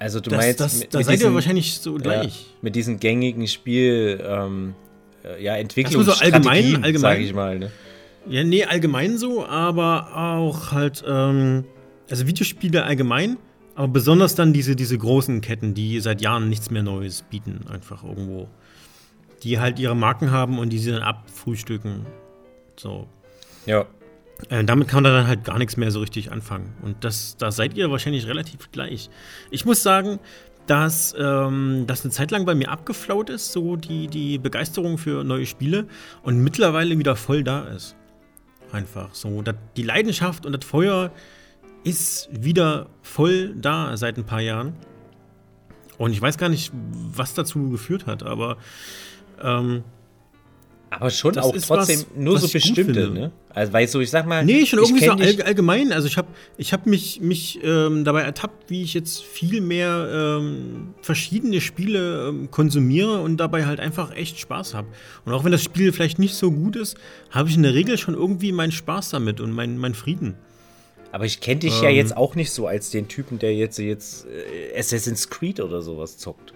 Also du das, meinst, das, mit, da mit seid diesen, ihr wahrscheinlich so gleich. Ja, mit diesen gängigen Spiel, ähm, ja, so Entwicklungsstrategien, allgemein, allgemein. sag ich mal. Ne? Ja, nee, allgemein so, aber auch halt, ähm, also Videospiele allgemein, aber besonders dann diese, diese großen Ketten, die seit Jahren nichts mehr Neues bieten, einfach irgendwo. Die halt ihre Marken haben und die sie dann abfrühstücken. So. Ja. Äh, damit kann man dann halt gar nichts mehr so richtig anfangen. Und das, da seid ihr wahrscheinlich relativ gleich. Ich muss sagen, dass ähm, das eine Zeit lang bei mir abgeflaut ist, so die, die Begeisterung für neue Spiele und mittlerweile wieder voll da ist. Einfach so. Dat, die Leidenschaft und das Feuer ist wieder voll da seit ein paar Jahren. Und ich weiß gar nicht, was dazu geführt hat, aber ähm, aber schon auch trotzdem was, nur so bestimmte, ne? Also, weil so, ich sag mal. Nee, schon irgendwie so all, allgemein. Also, ich habe ich hab mich, mich ähm, dabei ertappt, wie ich jetzt viel mehr ähm, verschiedene Spiele ähm, konsumiere und dabei halt einfach echt Spaß habe. Und auch wenn das Spiel vielleicht nicht so gut ist, habe ich in der Regel schon irgendwie meinen Spaß damit und meinen mein Frieden. Aber ich kenne dich ähm, ja jetzt auch nicht so als den Typen, der jetzt, jetzt äh, Assassin's Creed oder sowas zockt.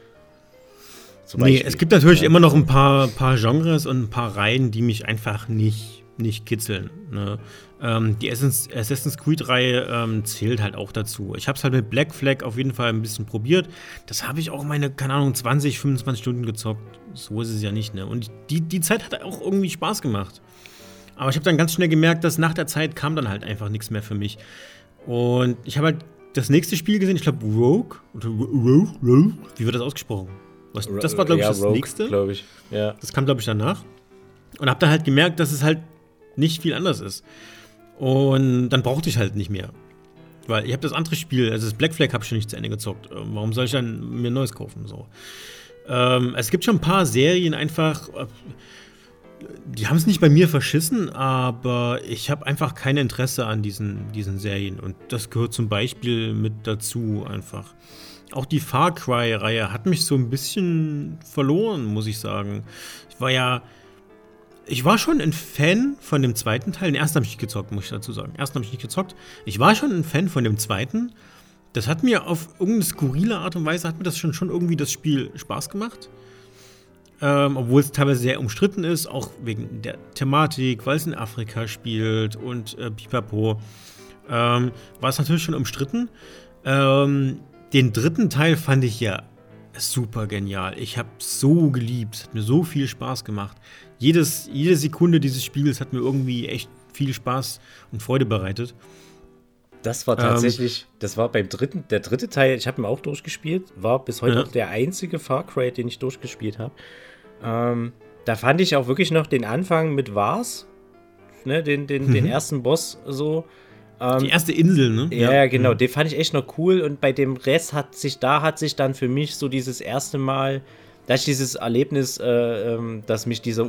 Nee, es gibt natürlich ja. immer noch ein paar, paar Genres und ein paar Reihen, die mich einfach nicht, nicht kitzeln. Ne? Ähm, die Assassin's Creed-Reihe ähm, zählt halt auch dazu. Ich habe es halt mit Black Flag auf jeden Fall ein bisschen probiert. Das habe ich auch meine, keine Ahnung, zwanzig, fünfundzwanzig Stunden gezockt. So ist es ja nicht. Ne? Und die, die Zeit hat auch irgendwie Spaß gemacht. Aber ich habe dann ganz schnell gemerkt, dass nach der Zeit kam dann halt einfach nichts mehr für mich. Und ich habe halt das nächste Spiel gesehen, ich glaube Rogue. Rogue, Rogue. Wie wird das ausgesprochen? Was, das war, glaube ich, ja, das Rogue, nächste. Glaub ich. Ja. Das kam, glaube ich, danach. Und habe dann halt gemerkt, dass es halt nicht viel anders ist. Und dann brauchte ich halt nicht mehr. Weil ich habe das andere Spiel, also das Black Flag, habe ich schon nicht zu Ende gezockt. Warum soll ich dann mir ein neues kaufen? So. Ähm, es gibt schon ein paar Serien einfach, die haben es nicht bei mir verschissen, aber ich habe einfach kein Interesse an diesen, diesen Serien. Und das gehört zum Beispiel mit dazu einfach. Auch die Far Cry-Reihe hat mich so ein bisschen verloren, muss ich sagen. Ich war ja, ich war schon ein Fan von dem zweiten Teil. Den ersten habe ich nicht gezockt, muss ich dazu sagen. Den ersten habe ich nicht gezockt. Ich war schon ein Fan von dem zweiten. Das hat mir auf irgendeine skurrile Art und Weise, hat mir das schon, schon irgendwie das Spiel Spaß gemacht. Ähm, obwohl es teilweise sehr umstritten ist, auch wegen der Thematik, weil es in Afrika spielt und äh, pipapo. Ähm, war es natürlich schon umstritten. Ähm, Den dritten Teil fand ich ja super genial. Ich habe so geliebt. Es hat mir so viel Spaß gemacht. Jedes, jede Sekunde dieses Spiels hat mir irgendwie echt viel Spaß und Freude bereitet. Das war tatsächlich, ähm, das war beim dritten, der dritte Teil, ich habe ihn auch durchgespielt, war bis heute ja. auch der einzige Far Cry, den ich durchgespielt habe. Ähm, da fand ich auch wirklich noch den Anfang mit Vars, ne, den, den, mhm. den ersten Boss so. Die erste Insel, ne? Ja, ja, genau. Den fand ich echt noch cool. Und bei dem Rest hat sich, da hat sich dann für mich so dieses erste Mal, da ich dieses Erlebnis, äh, ähm, dass mich dieser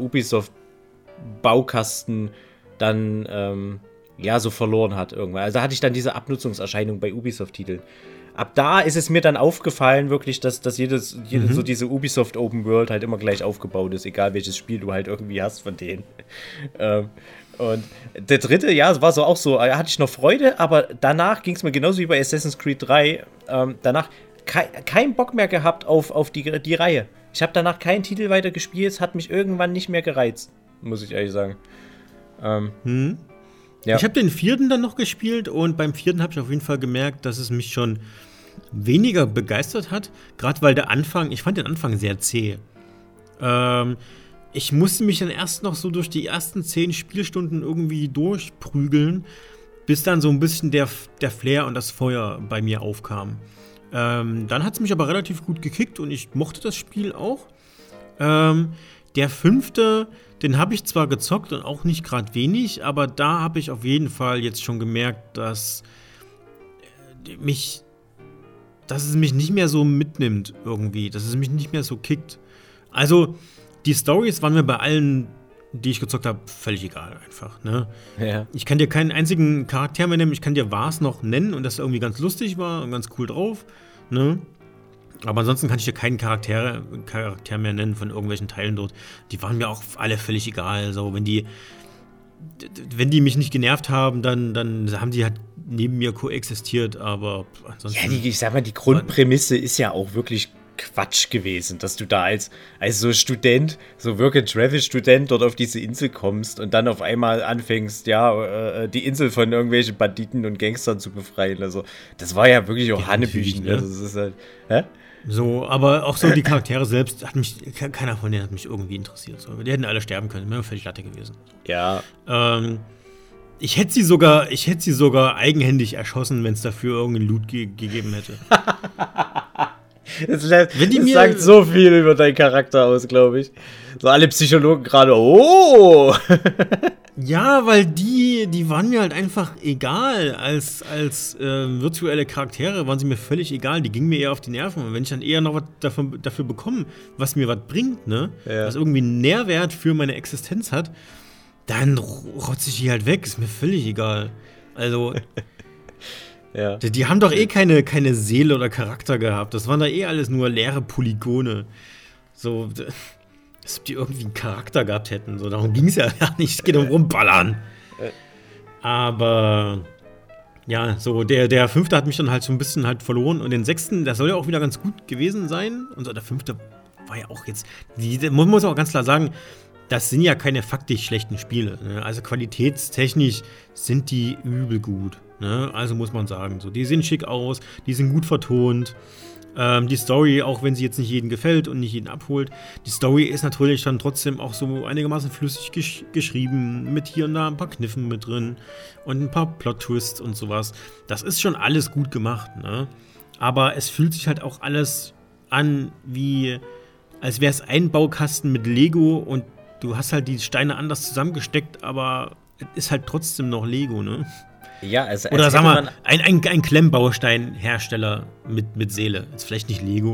Ubisoft-Baukasten dann, ähm, ja, so verloren hat irgendwann. Also da hatte ich dann diese Abnutzungserscheinung bei Ubisoft-Titeln. Ab da ist es mir dann aufgefallen, wirklich, dass, dass jedes, jede, mhm. so diese Ubisoft Open World halt immer gleich aufgebaut ist, egal welches Spiel du halt irgendwie hast von denen. ähm, Und der dritte, ja, war so auch so, da hatte ich noch Freude, aber danach ging es mir genauso wie bei Assassin's Creed drei. Ähm, danach kei- keinen Bock mehr gehabt auf, auf die, die Reihe. Ich habe danach keinen Titel weiter gespielt, es hat mich irgendwann nicht mehr gereizt, muss ich ehrlich sagen. Ähm, hm. ja. Ich habe den vierten dann noch gespielt und beim vierten habe ich auf jeden Fall gemerkt, dass es mich schon weniger begeistert hat. Gerade weil der Anfang, ich fand den Anfang sehr zäh. Ähm, Ich musste mich dann erst noch so durch die ersten zehn Spielstunden irgendwie durchprügeln, bis dann so ein bisschen der, der Flair und das Feuer bei mir aufkam. Ähm, dann hat es mich aber relativ gut gekickt und ich mochte das Spiel auch. Ähm, der fünfte, den habe ich zwar gezockt und auch nicht gerade wenig, aber da habe ich auf jeden Fall jetzt schon gemerkt, dass mich, dass es mich nicht mehr so mitnimmt irgendwie, dass es mich nicht mehr so kickt. Also die Storys waren mir bei allen, die ich gezockt habe, völlig egal einfach. Ne? Ja. Ich kann dir keinen einzigen Charakter mehr nennen. Ich kann dir Vars noch nennen und das irgendwie ganz lustig war und ganz cool drauf. Ne? Aber ansonsten kann ich dir keinen Charakter, Charakter mehr nennen von irgendwelchen Teilen dort. Die waren mir auch alle völlig egal. So, wenn die, wenn die mich nicht genervt haben, dann, dann haben die halt neben mir koexistiert, aber ansonsten... Ja, die, ich sag mal, die Grundprämisse ist ja auch wirklich Quatsch gewesen, dass du da als, als so Student, so Work-and-Travel-Student dort auf diese Insel kommst und dann auf einmal anfängst, ja, äh, die Insel von irgendwelchen Banditen und Gangstern zu befreien. Also, das war ja wirklich auch ja, Hanebüchen. Ne? Also, das ist halt, hä? So, aber auch so die Charaktere selbst, hat mich, keiner von denen hat mich irgendwie interessiert. So. Die hätten alle sterben können, wäre völlig Latte gewesen. Ja. Ähm, ich hätte sie sogar, ich hätte sie sogar eigenhändig erschossen, wenn es dafür irgendeinen Loot ge- gegeben hätte. Das, das, Wenn die das mir sagt so viel über deinen Charakter aus, glaube ich. So alle Psychologen gerade, oh! Ja, weil die, die waren mir halt einfach egal. Als, als äh, virtuelle Charaktere waren sie mir völlig egal. Die gingen mir eher auf die Nerven. Und wenn ich dann eher noch was dafür, dafür bekomme, was mir was bringt, ne? Ja. Was irgendwie einen Nährwert für meine Existenz hat, dann rotze ich die halt weg. Ist mir völlig egal. Also... Ja. Die, die haben doch eh keine, keine Seele oder Charakter gehabt. Das waren da eh alles nur leere Polygone. So, als ob die irgendwie einen Charakter gehabt hätten. So, darum ging es ja gar nicht. Es geht um Rumballern. Aber ja, so, der, der fünfte hat mich dann halt so ein bisschen halt verloren. Und den sechsten, das soll ja auch wieder ganz gut gewesen sein. Und so, der fünfte war ja auch jetzt. Die, man muss auch ganz klar sagen, das sind ja keine faktisch schlechten Spiele. Ne? Also qualitätstechnisch sind die übel gut. Ne? Also muss man sagen, so, die sehen schick aus, die sind gut vertont. Ähm, die Story, auch wenn sie jetzt nicht jedem gefällt und nicht jeden abholt, die Story ist natürlich dann trotzdem auch so einigermaßen flüssig gesch- geschrieben, mit hier und da ein paar Kniffen mit drin und ein paar Plot-Twists und sowas. Das ist schon alles gut gemacht, ne? Aber es fühlt sich halt auch alles an wie, als wäre es ein Baukasten mit Lego und du hast halt die Steine anders zusammengesteckt, aber es ist halt trotzdem noch Lego, ne? Ja, also Oder sag mal, ein, ein, ein Klemmbaustein-Hersteller mit, mit Seele. Ist vielleicht nicht Lego.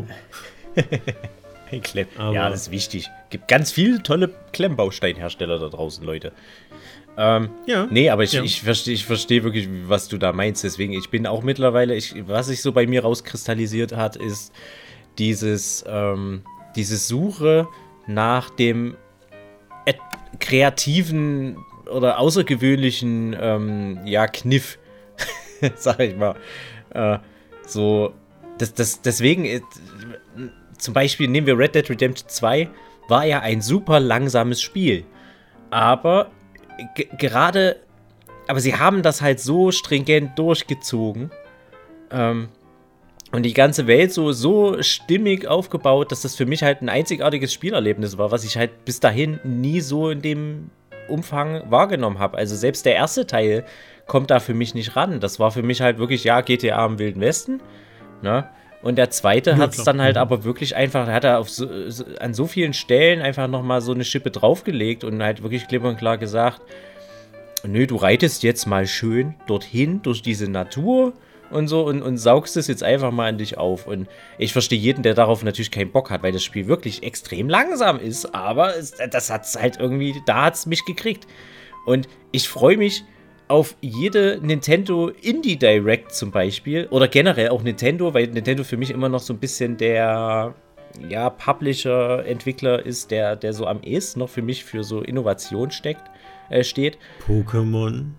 Ein Klemm. Ja, das ist wichtig. Gibt ganz viele tolle Klemmbaustein-Hersteller da draußen, Leute. Ähm, ja. Nee, aber ich, ja. ich verstehe ich versteh wirklich, was du da meinst. Deswegen, ich bin auch mittlerweile, ich, was sich so bei mir rauskristallisiert hat, ist dieses, ähm, diese Suche nach dem et- kreativen oder außergewöhnlichen ähm, ja, Kniff, sag ich mal. Äh, so, das, das, deswegen, äh, zum Beispiel nehmen wir Red Dead Redemption zwei, war ja ein super langsames Spiel. Aber g- gerade, aber sie haben das halt so stringent durchgezogen ähm, und die ganze Welt so, so stimmig aufgebaut, dass das für mich halt ein einzigartiges Spielerlebnis war, was ich halt bis dahin nie so in dem Umfang wahrgenommen habe. Also selbst der erste Teil kommt da für mich nicht ran. Das war für mich halt wirklich, ja, G T A im Wilden Westen. Ne? Und der zweite ja, hat es dann halt aber wirklich einfach, hat er auf so, so, an so vielen Stellen einfach nochmal so eine Schippe draufgelegt und halt wirklich klipp und klar gesagt, nö, du reitest jetzt mal schön dorthin, durch diese Natur und so und, und saugst es jetzt einfach mal an dich auf. Und ich verstehe jeden, der darauf natürlich keinen Bock hat, weil das Spiel wirklich extrem langsam ist, aber es, das hat's halt irgendwie, da hat's mich gekriegt. Und ich freue mich auf jede Nintendo Indie Direct zum Beispiel oder generell auch Nintendo, weil Nintendo für mich immer noch so ein bisschen der ja, Publisher, Entwickler ist, der, der so am ehesten noch für mich für so Innovation steckt, äh, steht. Pokémon.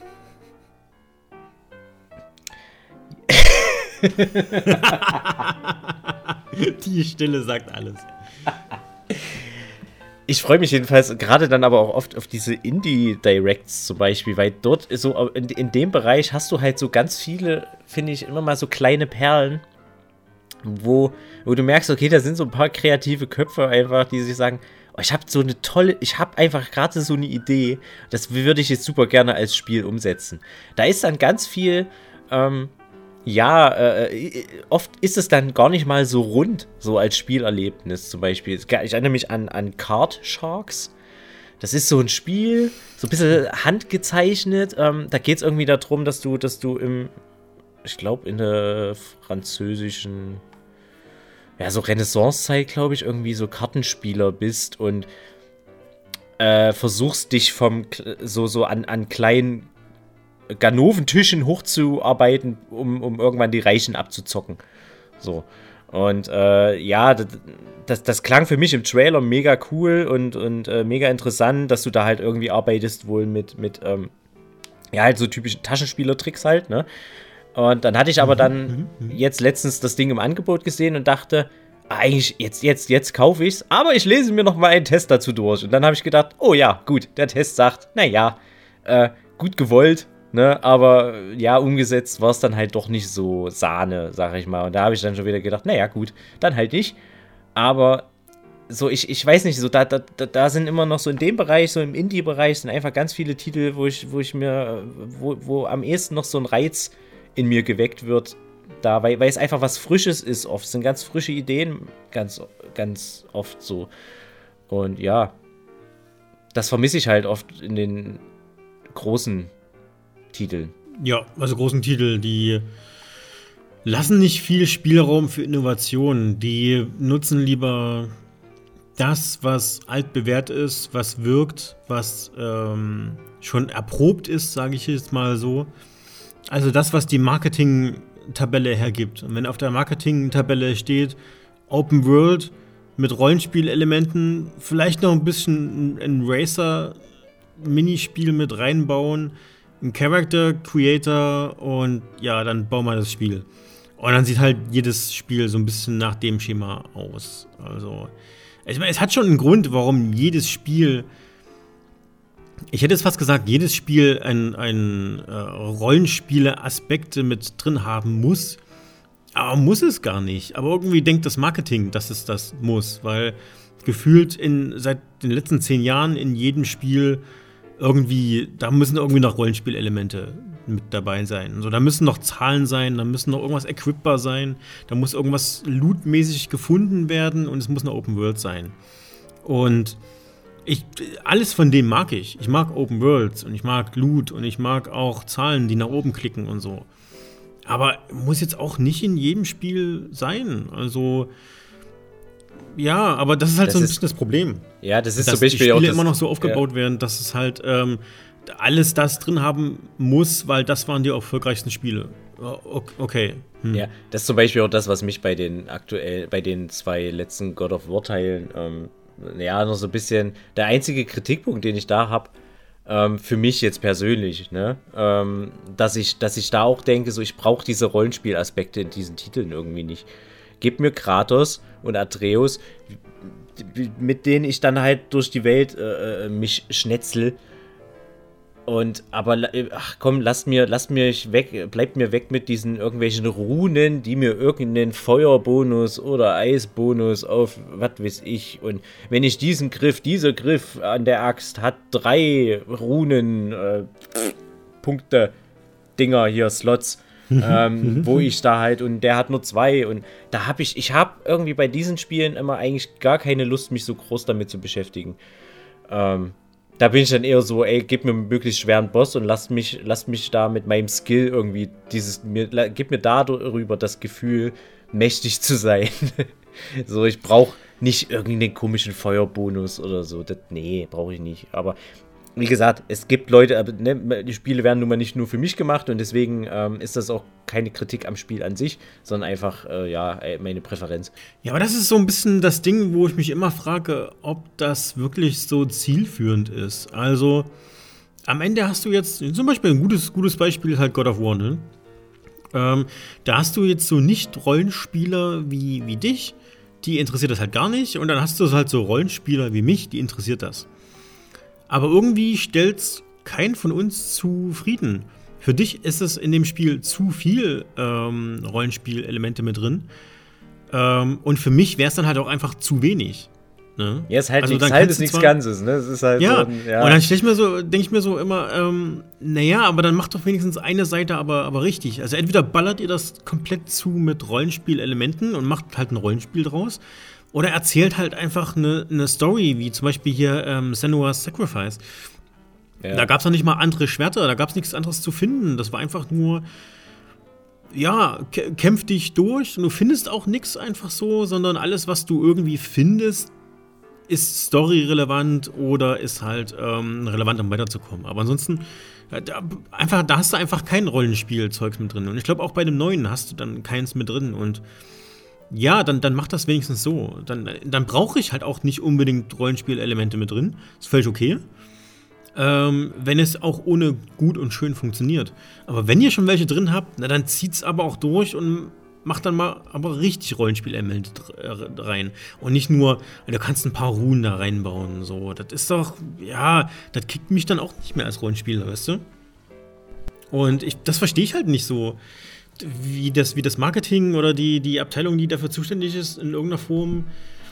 Die Stille sagt alles. Ich freue mich jedenfalls gerade dann aber auch oft auf diese Indie-Directs zum Beispiel, weil dort ist so in, in dem Bereich hast du halt so ganz viele, finde ich, immer mal so kleine Perlen, wo, wo du merkst, okay, da sind so ein paar kreative Köpfe einfach, die sich sagen, oh, ich habe so eine tolle, ich habe einfach gerade so eine Idee, das würde ich jetzt super gerne als Spiel umsetzen. Da ist dann ganz viel, ähm, ja, äh, oft ist es dann gar nicht mal so rund, so als Spielerlebnis zum Beispiel. Ich erinnere mich an, an Card Sharks. Das ist so ein Spiel, so ein bisschen handgezeichnet. Ähm, da geht es irgendwie darum, dass du, dass du im, ich glaube, in der französischen, ja, so Renaissance-Zeit, glaube ich, irgendwie so Kartenspieler bist und äh, versuchst dich vom, so, so an, an kleinen Ganoventischen hochzuarbeiten, um, um irgendwann die Reichen abzuzocken. So. Und äh, ja, das, das, das klang für mich im Trailer mega cool und, und äh, mega interessant, dass du da halt irgendwie arbeitest wohl mit, mit ähm, ja, halt so typische Taschenspielertricks halt, ne? Und dann hatte ich aber dann jetzt letztens das Ding im Angebot gesehen und dachte, eigentlich, jetzt, jetzt, jetzt kaufe ich's, aber ich lese mir noch mal einen Test dazu durch. Und dann habe ich gedacht, oh ja, gut, der Test sagt, naja, äh, gut gewollt, ne, aber ja, umgesetzt war es dann halt doch nicht so Sahne, sag ich mal. Und da habe ich dann schon wieder gedacht, naja, gut, dann halt nicht. Aber so, ich, ich weiß nicht, so da, da, da sind immer noch so in dem Bereich, so im Indie-Bereich, sind einfach ganz viele Titel, wo ich, wo ich mir, wo, wo am ehesten noch so ein Reiz in mir geweckt wird, da, weil, weil es einfach was Frisches ist oft. Es sind ganz frische Ideen, ganz, ganz oft so. Und ja, das vermisse ich halt oft in den großen Titeln. Ja, also großen Titel, die lassen nicht viel Spielraum für Innovationen. Die nutzen lieber das, was altbewährt ist, was wirkt, was ähm, schon erprobt ist, sage ich jetzt mal so. Also das, was die Marketing-Tabelle hergibt. Und wenn auf der Marketing-Tabelle steht Open World mit Rollenspielelementen, vielleicht noch ein bisschen ein Racer-Minispiel mit reinbauen, ein Character Creator und ja, dann bauen wir das Spiel. Und dann sieht halt jedes Spiel so ein bisschen nach dem Schema aus. Also, ich meine, es hat schon einen Grund, warum jedes Spiel, ich hätte jetzt fast gesagt, jedes Spiel ein, ein äh, Rollenspiele-Aspekte mit drin haben muss. Aber muss es gar nicht. Aber irgendwie denkt das Marketing, dass es das muss. Weil gefühlt in, seit den letzten zehn Jahren in jedem Spiel irgendwie, da müssen irgendwie noch Rollenspielelemente mit dabei sein. So, da müssen noch Zahlen sein, da müssen noch irgendwas equipbar sein, da muss irgendwas lootmäßig gefunden werden und es muss eine Open World sein. Und ich, alles von dem mag ich. Ich mag Open Worlds und ich mag Loot und ich mag auch Zahlen, die nach oben klicken und so. Aber muss jetzt auch nicht in jedem Spiel sein. Also, ja, aber das ist halt das so ein bisschen das Problem. Ja, das ist dass zum Beispiel die Spiele auch das, immer noch so aufgebaut ja. werden, dass es halt ähm, alles das drin haben muss, weil das waren die erfolgreichsten Spiele. Okay. Hm. Ja, das ist zum Beispiel auch das, was mich bei den aktuell, bei den zwei letzten God of War Teilen, ähm, ja, noch so ein bisschen, der einzige Kritikpunkt, den ich da habe, ähm, für mich jetzt persönlich, ne, ähm, dass ich, dass ich da auch denke, so ich brauche diese Rollenspielaspekte in diesen Titeln irgendwie nicht. Gib mir Kratos und Atreus, mit denen ich dann halt durch die Welt äh, mich schnetzel. Und, aber, ach komm, lasst mir, lasst mich weg, bleibt mir weg mit diesen irgendwelchen Runen, die mir irgendeinen Feuerbonus oder Eisbonus auf, was weiß ich. Und wenn ich diesen Griff, dieser Griff an der Axt hat drei Runen, äh, Punkte, Dinger hier, Slots, ähm, wo ich da halt, und der hat nur zwei. Und da habe ich, ich habe irgendwie bei diesen Spielen immer eigentlich gar keine Lust, mich so groß damit zu beschäftigen. Ähm, Da bin ich dann eher so, ey, gib mir einen möglichst schweren Boss und lasst mich, lasst mich da mit meinem Skill irgendwie dieses, mir, gib mir darüber das Gefühl, mächtig zu sein. So, ich brauche nicht irgendeinen komischen Feuerbonus oder so. Das, nee, brauche ich nicht. Aber wie gesagt, es gibt Leute, aber, ne, die Spiele werden nun mal nicht nur für mich gemacht und deswegen ähm, ist das auch keine Kritik am Spiel an sich, sondern einfach, äh, ja, meine Präferenz. Ja, aber das ist so ein bisschen das Ding, wo ich mich immer frage, ob das wirklich so zielführend ist. Also, am Ende hast du jetzt, zum Beispiel ein gutes, gutes Beispiel ist halt God of War, ne? Ähm, da hast du jetzt so Nicht-Rollenspieler wie, wie dich, die interessiert das halt gar nicht, und dann hast du halt so Rollenspieler wie mich, die interessiert das. Aber irgendwie stellt's keinen von uns zufrieden. Für dich ist es in dem Spiel zu viel ähm, Rollenspielelemente mit drin. Ähm, und für mich wäre es dann halt auch einfach zu wenig. Ne? Ja, ist halt also nichts halbes, nichts Ganzes. Ne? Es ist halt ja. so ein, ja, und dann stell ich mir so, denke ich mir so immer, ähm, naja, aber dann macht doch wenigstens eine Seite aber, aber richtig. Also entweder ballert ihr das komplett zu mit Rollenspielelementen und macht halt ein Rollenspiel draus. Oder erzählt halt einfach eine, eine Story, wie zum Beispiel hier ähm, Senua's Sacrifice. Ja. Da gab es noch nicht mal andere Schwerter, da gab es nichts anderes zu finden. Das war einfach nur, ja, kämpf dich durch. Und du findest auch nichts einfach so, sondern alles, was du irgendwie findest, ist storyrelevant oder ist halt ähm, relevant, um weiterzukommen. Aber ansonsten, da, einfach, da hast du einfach kein Rollenspielzeugs mit drin. Und ich glaube, auch bei dem neuen hast du dann keins mit drin. Und ja, dann, dann mach das wenigstens so. Dann, dann brauche ich halt auch nicht unbedingt Rollenspielelemente mit drin. Ist völlig okay. ähm, wenn es auch ohne gut und schön funktioniert. Aber wenn ihr schon welche drin habt, na dann zieht's aber auch durch und macht dann mal aber richtig Rollenspiel-Elemente rein. Und nicht nur, du kannst ein paar Runen da reinbauen. So. Das ist doch, ja, das kickt mich dann auch nicht mehr als Rollenspieler, weißt du? Und ich, das verstehe ich halt nicht so, wie das, wie das Marketing oder die, die Abteilung, die dafür zuständig ist, in irgendeiner Form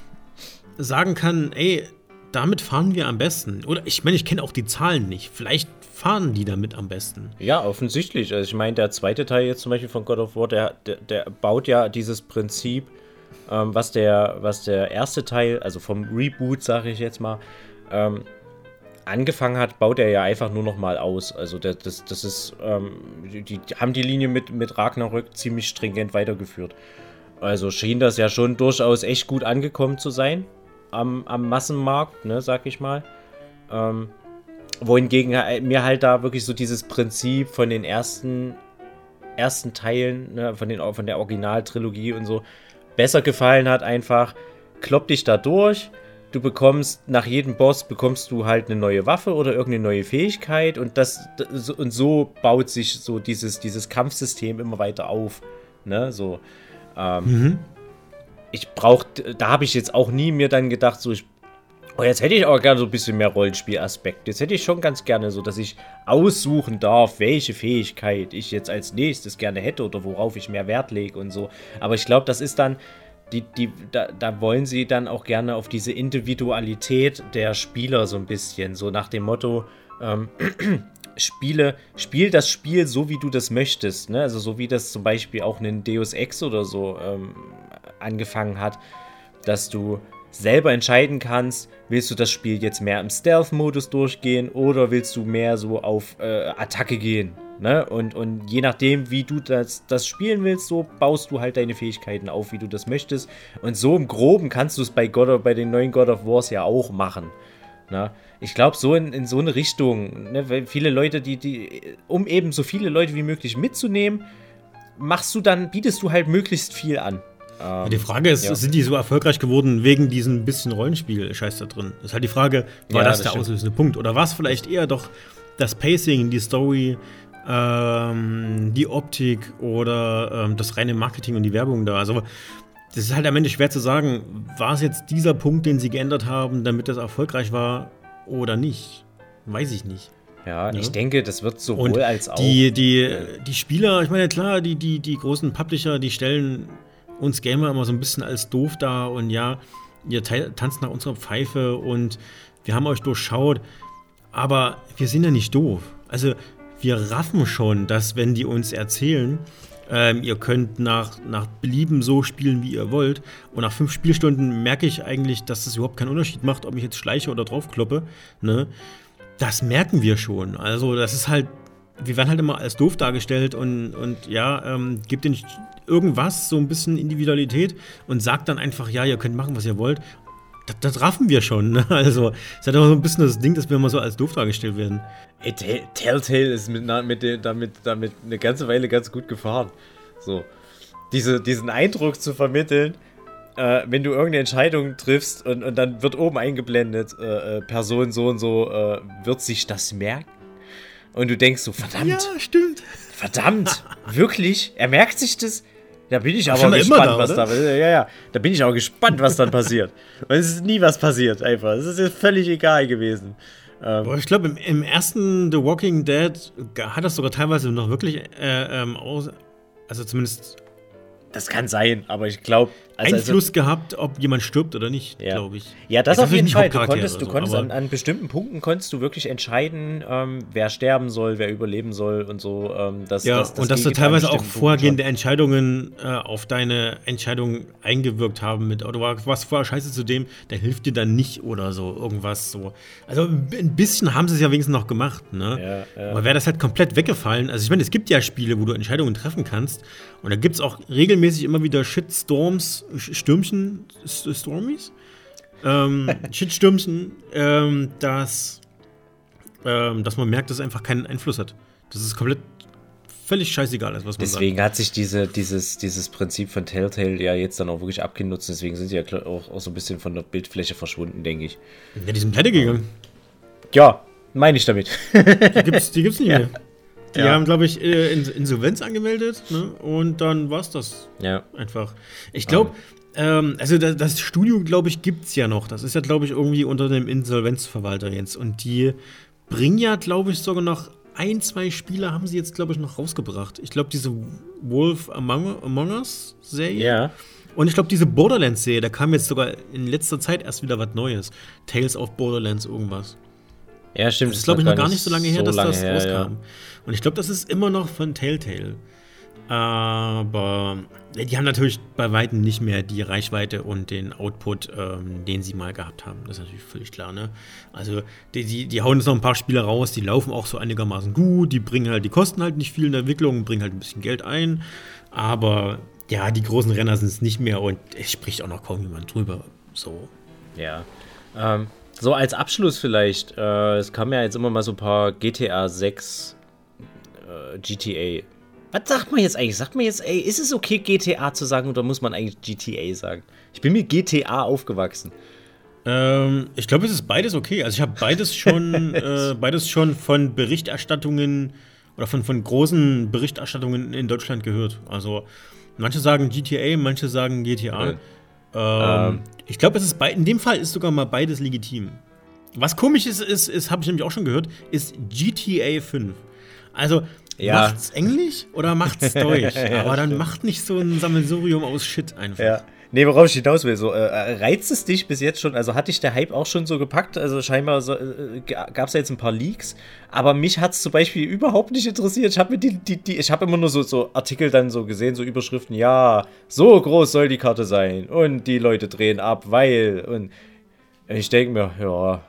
sagen kann, ey, damit fahren wir am besten. Oder ich meine, ich kenne auch die Zahlen nicht. Vielleicht fahren die damit am besten. Ja, offensichtlich. Also ich meine, der zweite Teil jetzt zum Beispiel von God of War, der, der, der baut ja dieses Prinzip, ähm, was, der, was der erste Teil, also vom Reboot, sage ich jetzt mal, ähm, angefangen hat, baut er ja einfach nur noch mal aus. Also der, das, das ist, ähm, die, die haben die Linie mit, mit Ragnarök ziemlich stringent weitergeführt. Also schien das ja schon durchaus echt gut angekommen zu sein am, am Massenmarkt, ne, sag ich mal. Ähm, wohingegen mir halt da wirklich so dieses Prinzip von den ersten, ersten Teilen, ne, von, den, von der Originaltrilogie und so, besser gefallen hat einfach. Klopp dich da durch. Du bekommst, nach jedem Boss bekommst du halt eine neue Waffe oder irgendeine neue Fähigkeit und das und so baut sich so dieses, dieses Kampfsystem immer weiter auf. Ne, so. Ähm, mhm. Ich brauch, da habe ich jetzt auch nie mir dann gedacht, so ich, oh, jetzt hätte ich auch gerne so ein bisschen mehr Rollenspielaspekt. Jetzt hätte ich schon ganz gerne so, dass ich aussuchen darf, welche Fähigkeit ich jetzt als nächstes gerne hätte oder worauf ich mehr Wert lege und so. Aber ich glaube, das ist dann Die, die, da, da wollen sie dann auch gerne auf diese Individualität der Spieler so ein bisschen, so nach dem Motto, ähm, Spiele, spiel das Spiel so, wie du das möchtest, ne? Also so wie das zum Beispiel auch ein Deus Ex oder so ähm, angefangen hat, dass du selber entscheiden kannst, willst du das Spiel jetzt mehr im Stealth-Modus durchgehen oder willst du mehr so auf äh, Attacke gehen? Ne? Und, und je nachdem, wie du das, das spielen willst, so baust du halt deine Fähigkeiten auf, wie du das möchtest. Und so im Groben kannst du es bei, God of, bei den neuen God of Wars ja auch machen. Ne? Ich glaube, so in, in so eine Richtung, ne? Weil viele Leute, die, die, um eben so viele Leute wie möglich mitzunehmen, machst du dann, bietest du halt möglichst viel an. Ja, die Frage ist, ja. Sind die so erfolgreich geworden wegen diesem bisschen Rollenspiel-Scheiß da drin? Das ist halt die Frage, war ja, das, das der stimmt. auslösende Punkt? Oder war es vielleicht eher doch das Pacing, die Story, ähm, die Optik oder ähm, das reine Marketing und die Werbung da? Also das ist halt am Ende schwer zu sagen, war es jetzt dieser Punkt, den sie geändert haben, damit das erfolgreich war oder nicht? Weiß ich nicht. Ja, ja, ich denke, das wird sowohl und als auch. Die, die, die Spieler, ich meine, klar, die, die, die großen Publisher, die stellen uns Gamer immer so ein bisschen als doof da und ja, ihr tanzt nach unserer Pfeife und wir haben euch durchschaut, aber wir sind ja nicht doof. Also wir raffen schon, dass wenn die uns erzählen, ähm, ihr könnt nach, nach Belieben so spielen, wie ihr wollt und nach fünf Spielstunden merke ich eigentlich, dass das überhaupt keinen Unterschied macht, ob ich jetzt schleiche oder draufkloppe, ne? Das merken wir schon. Also das ist halt, wir werden halt immer als doof dargestellt und, und ja, ähm, gibt den irgendwas, so ein bisschen Individualität und sagt dann einfach, ja, ihr könnt machen, was ihr wollt. Das, das raffen wir schon, ne? Also, es ist halt immer so ein bisschen das Ding, dass wir immer so als doof dargestellt werden. Ey, Telltale ist mit, mit den, damit, damit eine ganze Weile ganz gut gefahren. So. Diese, diesen Eindruck zu vermitteln, äh, wenn du irgendeine Entscheidung triffst und, und dann wird oben eingeblendet, äh, äh, Person so und so, äh, wird sich das merken? Und du denkst so, verdammt. Ja, stimmt. Verdammt, wirklich? Er merkt sich das? Da bin ich aber gespannt, da, was da ja, ja. Da bin ich auch gespannt, was dann passiert. Und es ist nie was passiert, einfach. Es ist jetzt völlig egal gewesen. Ähm Boah, ich glaube, im, im ersten The Walking Dead hat das sogar teilweise noch wirklich äh, ähm, aus, also zumindest. Das kann sein, aber ich glaube. Also, Einfluss also, gehabt, ob jemand stirbt oder nicht, ja. glaube ich. Ja, das Jetzt auf jeden Fall. Du konntest, du konntest so, an, an bestimmten Punkten konntest du wirklich entscheiden, ähm, wer sterben soll, wer überleben soll und so. Ähm, das, ja, das, das und dass da teilweise auch vorhergehende Entscheidungen äh, auf deine Entscheidung eingewirkt haben. Mit, oder du warst vorher scheiße zu dem, der hilft dir dann nicht oder so, irgendwas so. Also ein bisschen haben sie es ja wenigstens noch gemacht, ne? Ja, ja. Aber wäre das halt komplett weggefallen. Also ich meine, es gibt ja Spiele, wo du Entscheidungen treffen kannst. Und da gibt es auch regelmäßig immer wieder Shitstorms, Stürmchen, Stormies, ähm, Shitstürmchen, ähm, dass, ähm, dass man merkt, dass es einfach keinen Einfluss hat. Das ist komplett völlig scheißegal ist, was man deswegen sagt. hat sich diese, dieses, dieses Prinzip von Telltale ja jetzt dann auch wirklich abgenutzt. Deswegen sind sie ja auch, auch so ein bisschen von der Bildfläche verschwunden, denke ich. Ja, die sind pleite gegangen. Ja, Meine ich damit. Die gibt's, die gibt's nicht Ja. mehr. Die Ja. haben, glaube ich, äh, Ins- Insolvenz angemeldet, ne? Und dann war's das Ja. einfach. Ich glaube, ähm, also das, das Studio, glaube ich, gibt's ja noch. Das ist ja, glaube ich, irgendwie unter dem Insolvenzverwalter jetzt. Und die bringen ja, glaube ich, sogar noch ein, zwei Spiele haben sie jetzt, glaube ich, noch rausgebracht. Ich glaube, diese Wolf Among, Among Us-Serie. Ja. Und ich glaube, diese Borderlands-Serie, da kam jetzt sogar in letzter Zeit erst wieder was Neues. Tales of Borderlands irgendwas. Ja, stimmt. Das ist, glaube ich, noch gar nicht so lange her, so dass lange das her, rauskam. ja. Und ich glaube, das ist immer noch von Telltale. Aber die haben natürlich bei weitem nicht mehr die Reichweite und den Output, ähm, den sie mal gehabt haben. Das ist natürlich völlig klar, ne? Also, die, die, die hauen jetzt noch ein paar Spiele raus, die laufen auch so einigermaßen gut, die bringen halt, die kosten halt nicht viel in der Entwicklung, bringen halt ein bisschen Geld ein. Aber ja, die großen Renner sind es nicht mehr und es spricht auch noch kaum jemand drüber. So. Ja. Ähm, so als Abschluss vielleicht, äh, es kamen ja jetzt immer mal so ein paar G T A sechs, äh, G T A. Was sagt man jetzt eigentlich? Sagt man jetzt, ey, ist es okay, G T A zu sagen oder muss man eigentlich G T A sagen? Ich bin mit G T A aufgewachsen. Ähm, ich glaube, es ist beides okay. Also ich habe beides schon, äh, beides schon von Berichterstattungen oder von, von großen Berichterstattungen in Deutschland gehört. Also manche sagen G T A, manche sagen G T A. Okay. Ähm, Ähm. Ich glaube, es ist bei, in dem Fall ist sogar mal beides legitim. Was komisch ist, ist, ist habe ich nämlich auch schon gehört, ist G T A fünf. Also Ja. macht's Englisch oder macht's Deutsch? Ja, Aber dann stimmt. macht nicht so ein Sammelsurium aus Shit einfach. Ja. Nee, worauf ich hinaus will, so, äh, reizt es dich bis jetzt schon, also hat dich der Hype auch schon so gepackt, also scheinbar so, äh, gab es ja jetzt ein paar Leaks, aber mich hat es zum Beispiel überhaupt nicht interessiert, ich habe mir die, die, die, ich habe immer nur so, so Artikel dann so gesehen, so Überschriften, ja, so groß soll die Karte sein und die Leute drehen ab, weil, und ich denke mir, ja,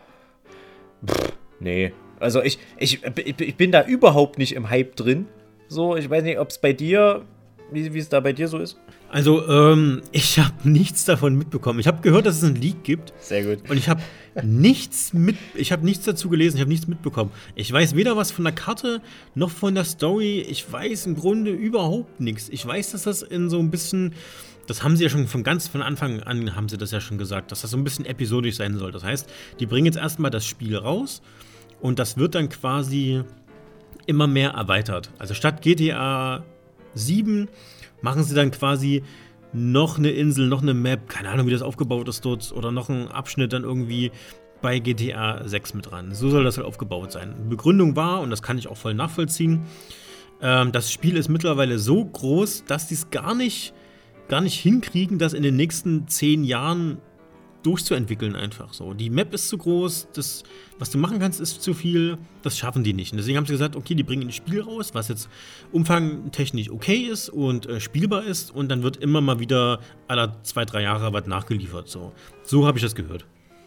pff, nee, also ich, ich, ich bin da überhaupt nicht im Hype drin, so, ich weiß nicht, ob es bei dir, wie wie es da bei dir so ist. Also, ähm, ich habe nichts davon mitbekommen. Ich habe gehört, dass es einen Leak gibt. Sehr gut. Und ich habe nichts mit, ich habe nichts dazu gelesen, ich habe nichts mitbekommen. Ich weiß weder was von der Karte noch von der Story. Ich weiß im Grunde überhaupt nichts. Ich weiß, dass das in so ein bisschen, das haben sie ja schon von ganz von Anfang an, haben sie das ja schon gesagt, dass das so ein bisschen episodisch sein soll. Das heißt, die bringen jetzt erstmal das Spiel raus und das wird dann quasi immer mehr erweitert. Also statt G T A sieben machen sie dann quasi noch eine Insel, noch eine Map, keine Ahnung, wie das aufgebaut ist dort, oder noch einen Abschnitt dann irgendwie bei G T A sechs mit dran. So soll das halt aufgebaut sein. Begründung war, und das kann ich auch voll nachvollziehen, ähm, das Spiel ist mittlerweile so groß, dass die es gar nicht, gar nicht hinkriegen, das in den nächsten zehn Jahren durchzuentwickeln einfach so. Die Map ist zu groß, das, was du machen kannst, ist zu viel, das schaffen die nicht. Und deswegen haben sie gesagt, okay, die bringen ein Spiel raus, was jetzt umfangtechnisch okay ist und äh, spielbar ist und dann wird immer mal wieder alle zwei, drei Jahre was nachgeliefert. So, so habe ich das gehört.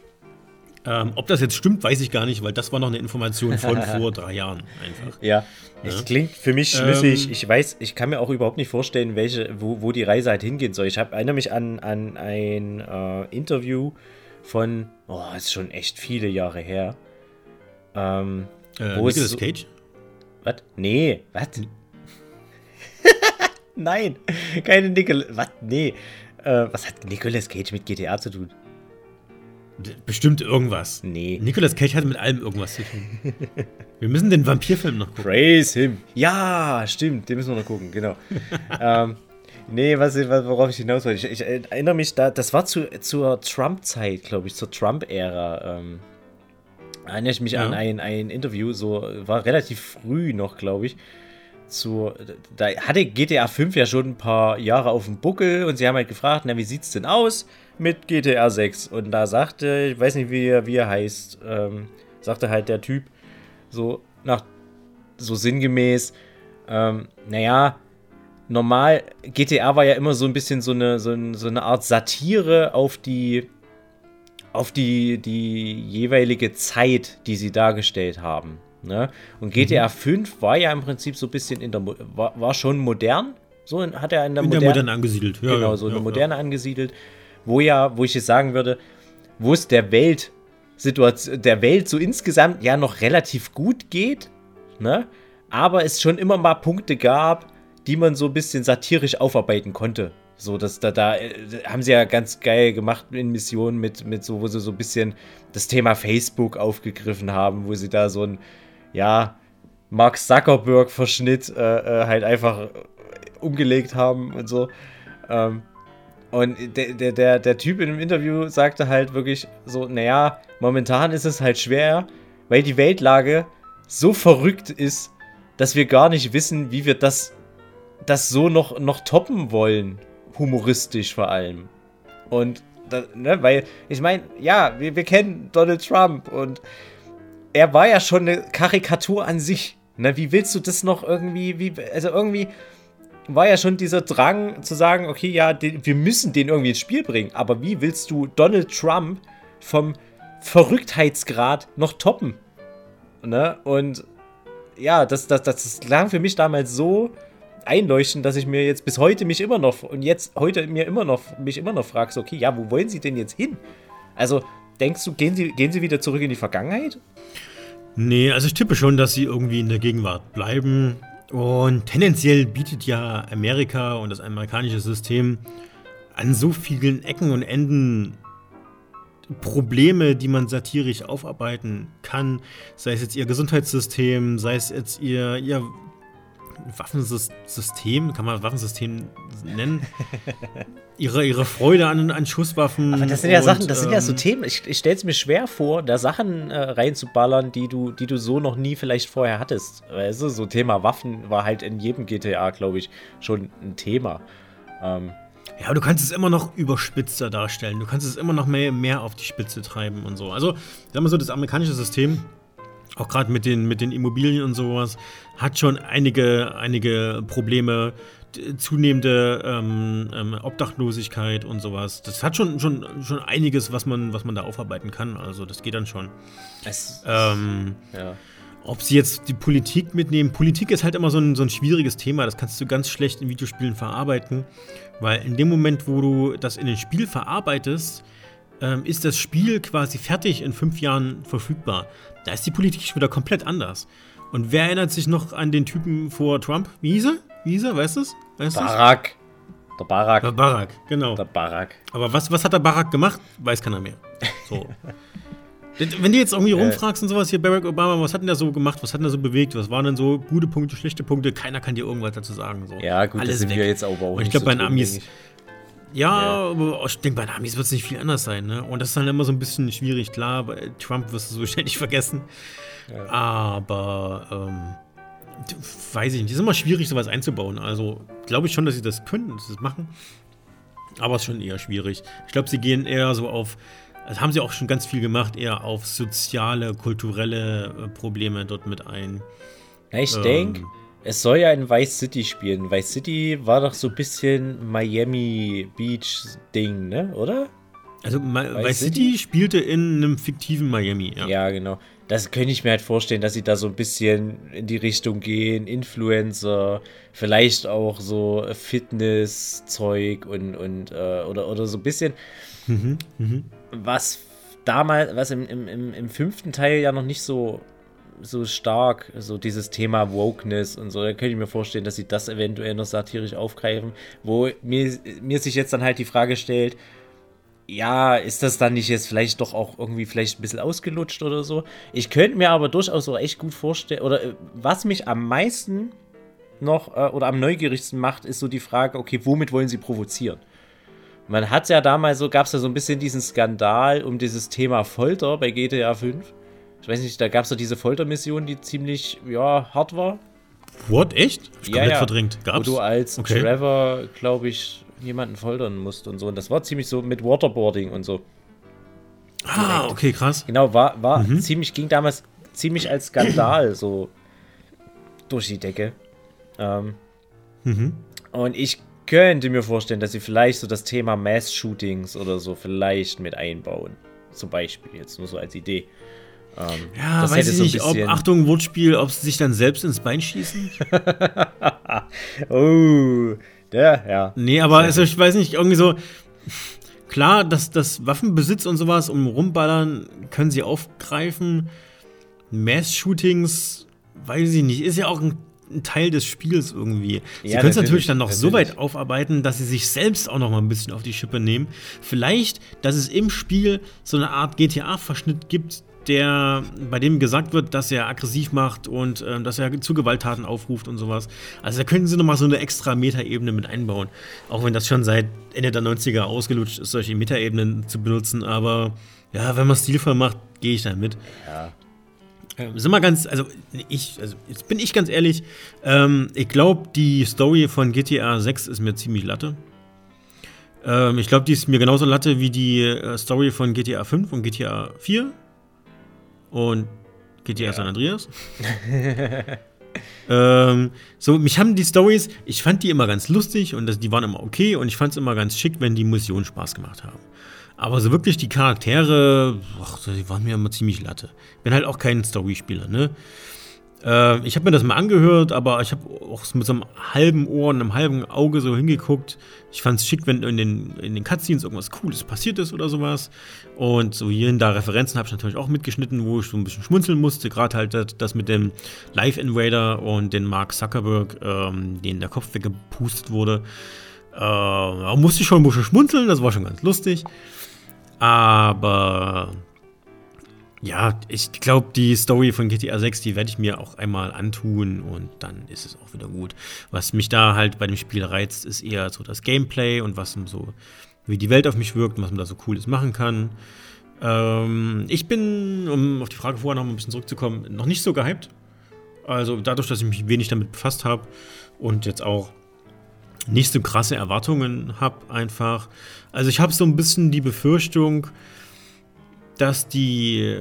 Ähm, ob das jetzt stimmt, weiß ich gar nicht, weil das war noch eine Information von vor drei Jahren einfach. Ja, es Ja. klingt für mich schlüssig. Ähm, ich weiß, ich kann mir auch überhaupt nicht vorstellen, welche, wo, wo die Reise halt hingehen soll. Ich hab, erinnere mich an, an ein äh, Interview von, oh, ist schon echt viele Jahre her. Ähm, Äh, wo es Nicolas so- Cage? Was? Nee, was? Nein, keine Nicolas. Was? Nee. Äh, was hat Nicolas Cage mit G T A zu tun? Bestimmt irgendwas. Nee. Nicolas Cage hat mit allem irgendwas zu tun. Wir müssen den Vampirfilm noch gucken. Praise him. Ja, stimmt, den müssen wir noch gucken, genau. ähm, nee, was, was, worauf ich hinaus wollte. Ich, ich erinnere mich, da, das war zu, zur Trump-Zeit, glaube ich, zur Trump-Ära. Ähm, erinnere ich mich Ja. an ein, ein Interview, so war relativ früh noch, glaube ich. Zu, da hatte G T A fünf ja schon ein paar Jahre auf dem Buckel und sie haben halt gefragt, na, wie sieht's denn aus mit G T A sechs? Und da sagte, ich weiß nicht, wie er, wie er heißt, ähm, sagte halt der Typ so nach, so sinngemäß, ähm, naja, normal, G T A war ja immer so ein bisschen so eine, so, ein, so eine Art Satire auf die, auf die, die jeweilige Zeit, die sie dargestellt haben. Ne? Und G T A fünf war ja im Prinzip so ein bisschen in der, Mo- war, war schon modern, so in, hat er in der In der modernen, Moderne angesiedelt. Ja, genau, ja, so ja, eine moderne angesiedelt, wo ja, wo ich jetzt sagen würde, wo es der Welt, Situation, der Welt so insgesamt ja noch relativ gut geht, ne? Aber es schon immer mal Punkte gab, die man so ein bisschen satirisch aufarbeiten konnte. So, dass da, da äh, haben sie ja ganz geil gemacht in Missionen mit, mit so, wo sie so ein bisschen das Thema Facebook aufgegriffen haben, wo sie da so ein, ja, Mark Zuckerberg-Verschnitt äh, äh, halt einfach umgelegt haben und so. Ähm, und der, der, der, der Typ in dem Interview sagte halt wirklich so, naja, momentan ist es halt schwer, weil die Weltlage so verrückt ist, dass wir gar nicht wissen, wie wir das, das so noch, noch toppen wollen. Humoristisch vor allem. Und, da, ne, weil, ich meine, ja, wir, wir kennen Donald Trump und er war ja schon eine Karikatur an sich. Ne, wie willst du das noch irgendwie, wie, also irgendwie war ja schon dieser Drang zu sagen, okay, ja, den, wir müssen den irgendwie ins Spiel bringen, aber wie willst du Donald Trump vom Verrücktheitsgrad noch toppen? Ne, und ja, das, das, das klang für mich damals so einleuchtend, dass ich mir jetzt bis heute mich immer noch und jetzt heute mir immer noch mich immer noch frage, so, okay, ja, wo wollen sie denn jetzt hin? Also, denkst du, gehen sie, gehen sie wieder zurück in die Vergangenheit? Nee, also ich tippe schon, dass sie irgendwie in der Gegenwart bleiben. Und tendenziell bietet ja Amerika und das amerikanische System an so vielen Ecken und Enden Probleme, die man satirisch aufarbeiten kann. Sei es jetzt ihr Gesundheitssystem, sei es jetzt ihr, ihr Waffensystem, kann man Waffensystem nennen, ihre, ihre Freude an, an Schusswaffen. Aber das sind ja und, Sachen, das sind ja so ähm, Themen, ich, ich stelle es mir schwer vor, da Sachen äh, reinzuballern, die du, die du so noch nie vielleicht vorher hattest. Weißt du, so Thema Waffen war halt in jedem G T A, glaube ich, schon ein Thema. Ähm, Ja, aber du kannst es immer noch überspitzter darstellen. Du kannst es immer noch mehr, mehr auf die Spitze treiben und so. Also, sagen wir so, das amerikanische System, auch gerade mit den, mit den Immobilien und sowas, hat schon einige, einige Probleme, zunehmende ähm, ähm, Obdachlosigkeit und sowas. Das hat schon, schon, schon einiges, was man, was man da aufarbeiten kann. Also das geht dann schon. es, Ähm, ja. Ob sie jetzt die Politik mitnehmen. Politik ist halt immer so ein, so ein schwieriges Thema. Das kannst du ganz schlecht in Videospielen verarbeiten. Weil in dem Moment, wo du das in ein Spiel verarbeitest, ähm, ist das Spiel quasi fertig in fünf Jahren verfügbar. Da ist die Politik schon wieder komplett anders. Und wer erinnert sich noch an den Typen vor Trump? Wie hieß er? Wie hieß er? Weißt du es? Weißt Barack. Der Barack. Der Barack, genau. Der Barack. Aber was, was hat der Barack gemacht? Weiß keiner mehr. So. Wenn du jetzt irgendwie rumfragst und sowas, hier Barack Obama, was hat denn der so gemacht, was hat denn der so bewegt, was waren denn so gute Punkte, schlechte Punkte, keiner kann dir irgendwas dazu sagen. So. Ja, gut, alles das sind weg. wir jetzt aber auch und ich nicht glaube, so bei den drin, Amis, denke ja, Ja. aber ich denke, bei den Amis wird es nicht viel anders sein, ne? Und das ist dann immer so ein bisschen schwierig, klar, bei Trump wirst du so schnell nicht vergessen. Ja. Aber, ähm, weiß ich nicht, es ist immer schwierig, sowas einzubauen. Also, glaube ich schon, dass sie das können, dass sie das machen. Aber es ist schon eher schwierig. Ich glaube, sie gehen eher so auf, das haben sie auch schon ganz viel gemacht, eher auf soziale, kulturelle äh, Probleme dort mit ein. Ja, ich Ähm. denke, es soll ja in Vice City spielen. Vice City war doch so ein bisschen Miami Beach-Ding, ne? Oder? Also, Ma- Vice Vice City? City spielte in einem fiktiven Miami, ja. Ja, genau. Das könnte ich mir halt vorstellen, dass sie da so ein bisschen in die Richtung gehen. Influencer, vielleicht auch so Fitness-Zeug und, und äh, oder, oder so ein bisschen. Mhm, mhm. Was damals, was im, im, im, im fünften Teil ja noch nicht so, so stark, so dieses Thema Wokeness und so, da könnte ich mir vorstellen, dass sie das eventuell noch satirisch aufgreifen, wo mir, mir sich jetzt dann halt die Frage stellt, ja, ist das dann nicht jetzt vielleicht doch auch irgendwie vielleicht ein bisschen ausgelutscht oder so? Ich könnte mir aber durchaus auch echt gut vorstellen, oder äh, was mich am meisten noch äh, oder am neugierigsten macht, ist so die Frage, okay, womit wollen sie provozieren? Man hat ja damals so, gab es ja so ein bisschen diesen Skandal um dieses Thema Folter bei G T A fünf. Ich weiß nicht, da gab es ja diese Foltermission, die ziemlich, ja, hart war. What? Echt? Hab ich Ja, komplett ja. verdrängt. Gab's? Wo du als Okay. Trevor, glaube ich, jemanden foltern musst und so. Und das war ziemlich so mit Waterboarding und so. Ah, direkt. okay, krass. Genau, war, war Mhm. ziemlich, ging damals ziemlich als Skandal so durch die Decke. Ähm, Mhm. und ich könnte mir vorstellen, dass sie vielleicht so das Thema Mass-Shootings oder so vielleicht mit einbauen. Zum Beispiel, jetzt nur so als Idee. Ähm, Ja, das weiß hätte ich so ein nicht, ob, bisschen- Achtung, Wortspiel, ob sie sich dann selbst ins Bein schießen? Oh, der, ja. Nee, aber also ich weiß nicht, irgendwie so, klar, dass das Waffenbesitz und sowas um rumballern, können sie aufgreifen. Mass-Shootings, weiß ich nicht, ist ja auch ein ein Teil des Spiels irgendwie. Sie Ja, können es natürlich, natürlich, dann noch natürlich. so weit aufarbeiten, dass sie sich selbst auch noch mal ein bisschen auf die Schippe nehmen. Vielleicht, dass es im Spiel so eine Art G T A-Verschnitt gibt, der, bei dem gesagt wird, dass er aggressiv macht und äh, dass er zu Gewalttaten aufruft und sowas. Also da könnten sie noch mal so eine extra Metaebene mit einbauen. Auch wenn das schon seit Ende der neunziger ausgelutscht ist, solche Metaebenen zu benutzen. Aber ja, wenn man stilvoll macht, gehe ich da mit. Ja. Ähm, sind wir ganz, also ich, also jetzt bin ich ganz ehrlich, ähm, ich glaube, die Story von G T A sechs ist mir ziemlich Latte. Ähm, ich glaube, die ist mir genauso Latte wie die äh, Story von G T A fünf und G T A vier und G T A ja. San Andreas. ähm, so, mich haben die Stories, ich fand die immer ganz lustig und das, die waren immer okay und ich fand es immer ganz schick, wenn die Missionen Spaß gemacht haben. Aber so wirklich die Charaktere, ach, die waren mir immer ziemlich Latte. Bin halt auch kein Storyspieler, ne? Äh, ich habe mir das mal angehört, aber ich habe auch mit so einem halben Ohr und einem halben Auge so hingeguckt. Ich fand es schick, wenn in den, in den Cutscenes irgendwas Cooles passiert ist oder sowas. Und so hier und da Referenzen habe ich natürlich auch mitgeschnitten, wo ich so ein bisschen schmunzeln musste. Gerade halt das, das mit dem Live Invader und den Mark Zuckerberg, ähm, denen der Kopf weggepustet wurde. Äh, da musste ich schon ein bisschen schmunzeln, das war schon ganz lustig. Aber ja, ich glaube, die Story von G T A sechs, die werde ich mir auch einmal antun und dann ist es auch wieder gut. Was mich da halt bei dem Spiel reizt, ist eher so das Gameplay und was so, wie die Welt auf mich wirkt und was man da so Cooles machen kann. Ähm, ich bin, um auf die Frage vorher noch mal ein bisschen zurückzukommen, noch nicht so gehypt. Also dadurch, dass ich mich wenig damit befasst habe und jetzt auch nicht so krasse Erwartungen habe einfach. Also ich habe so ein bisschen die Befürchtung, dass die,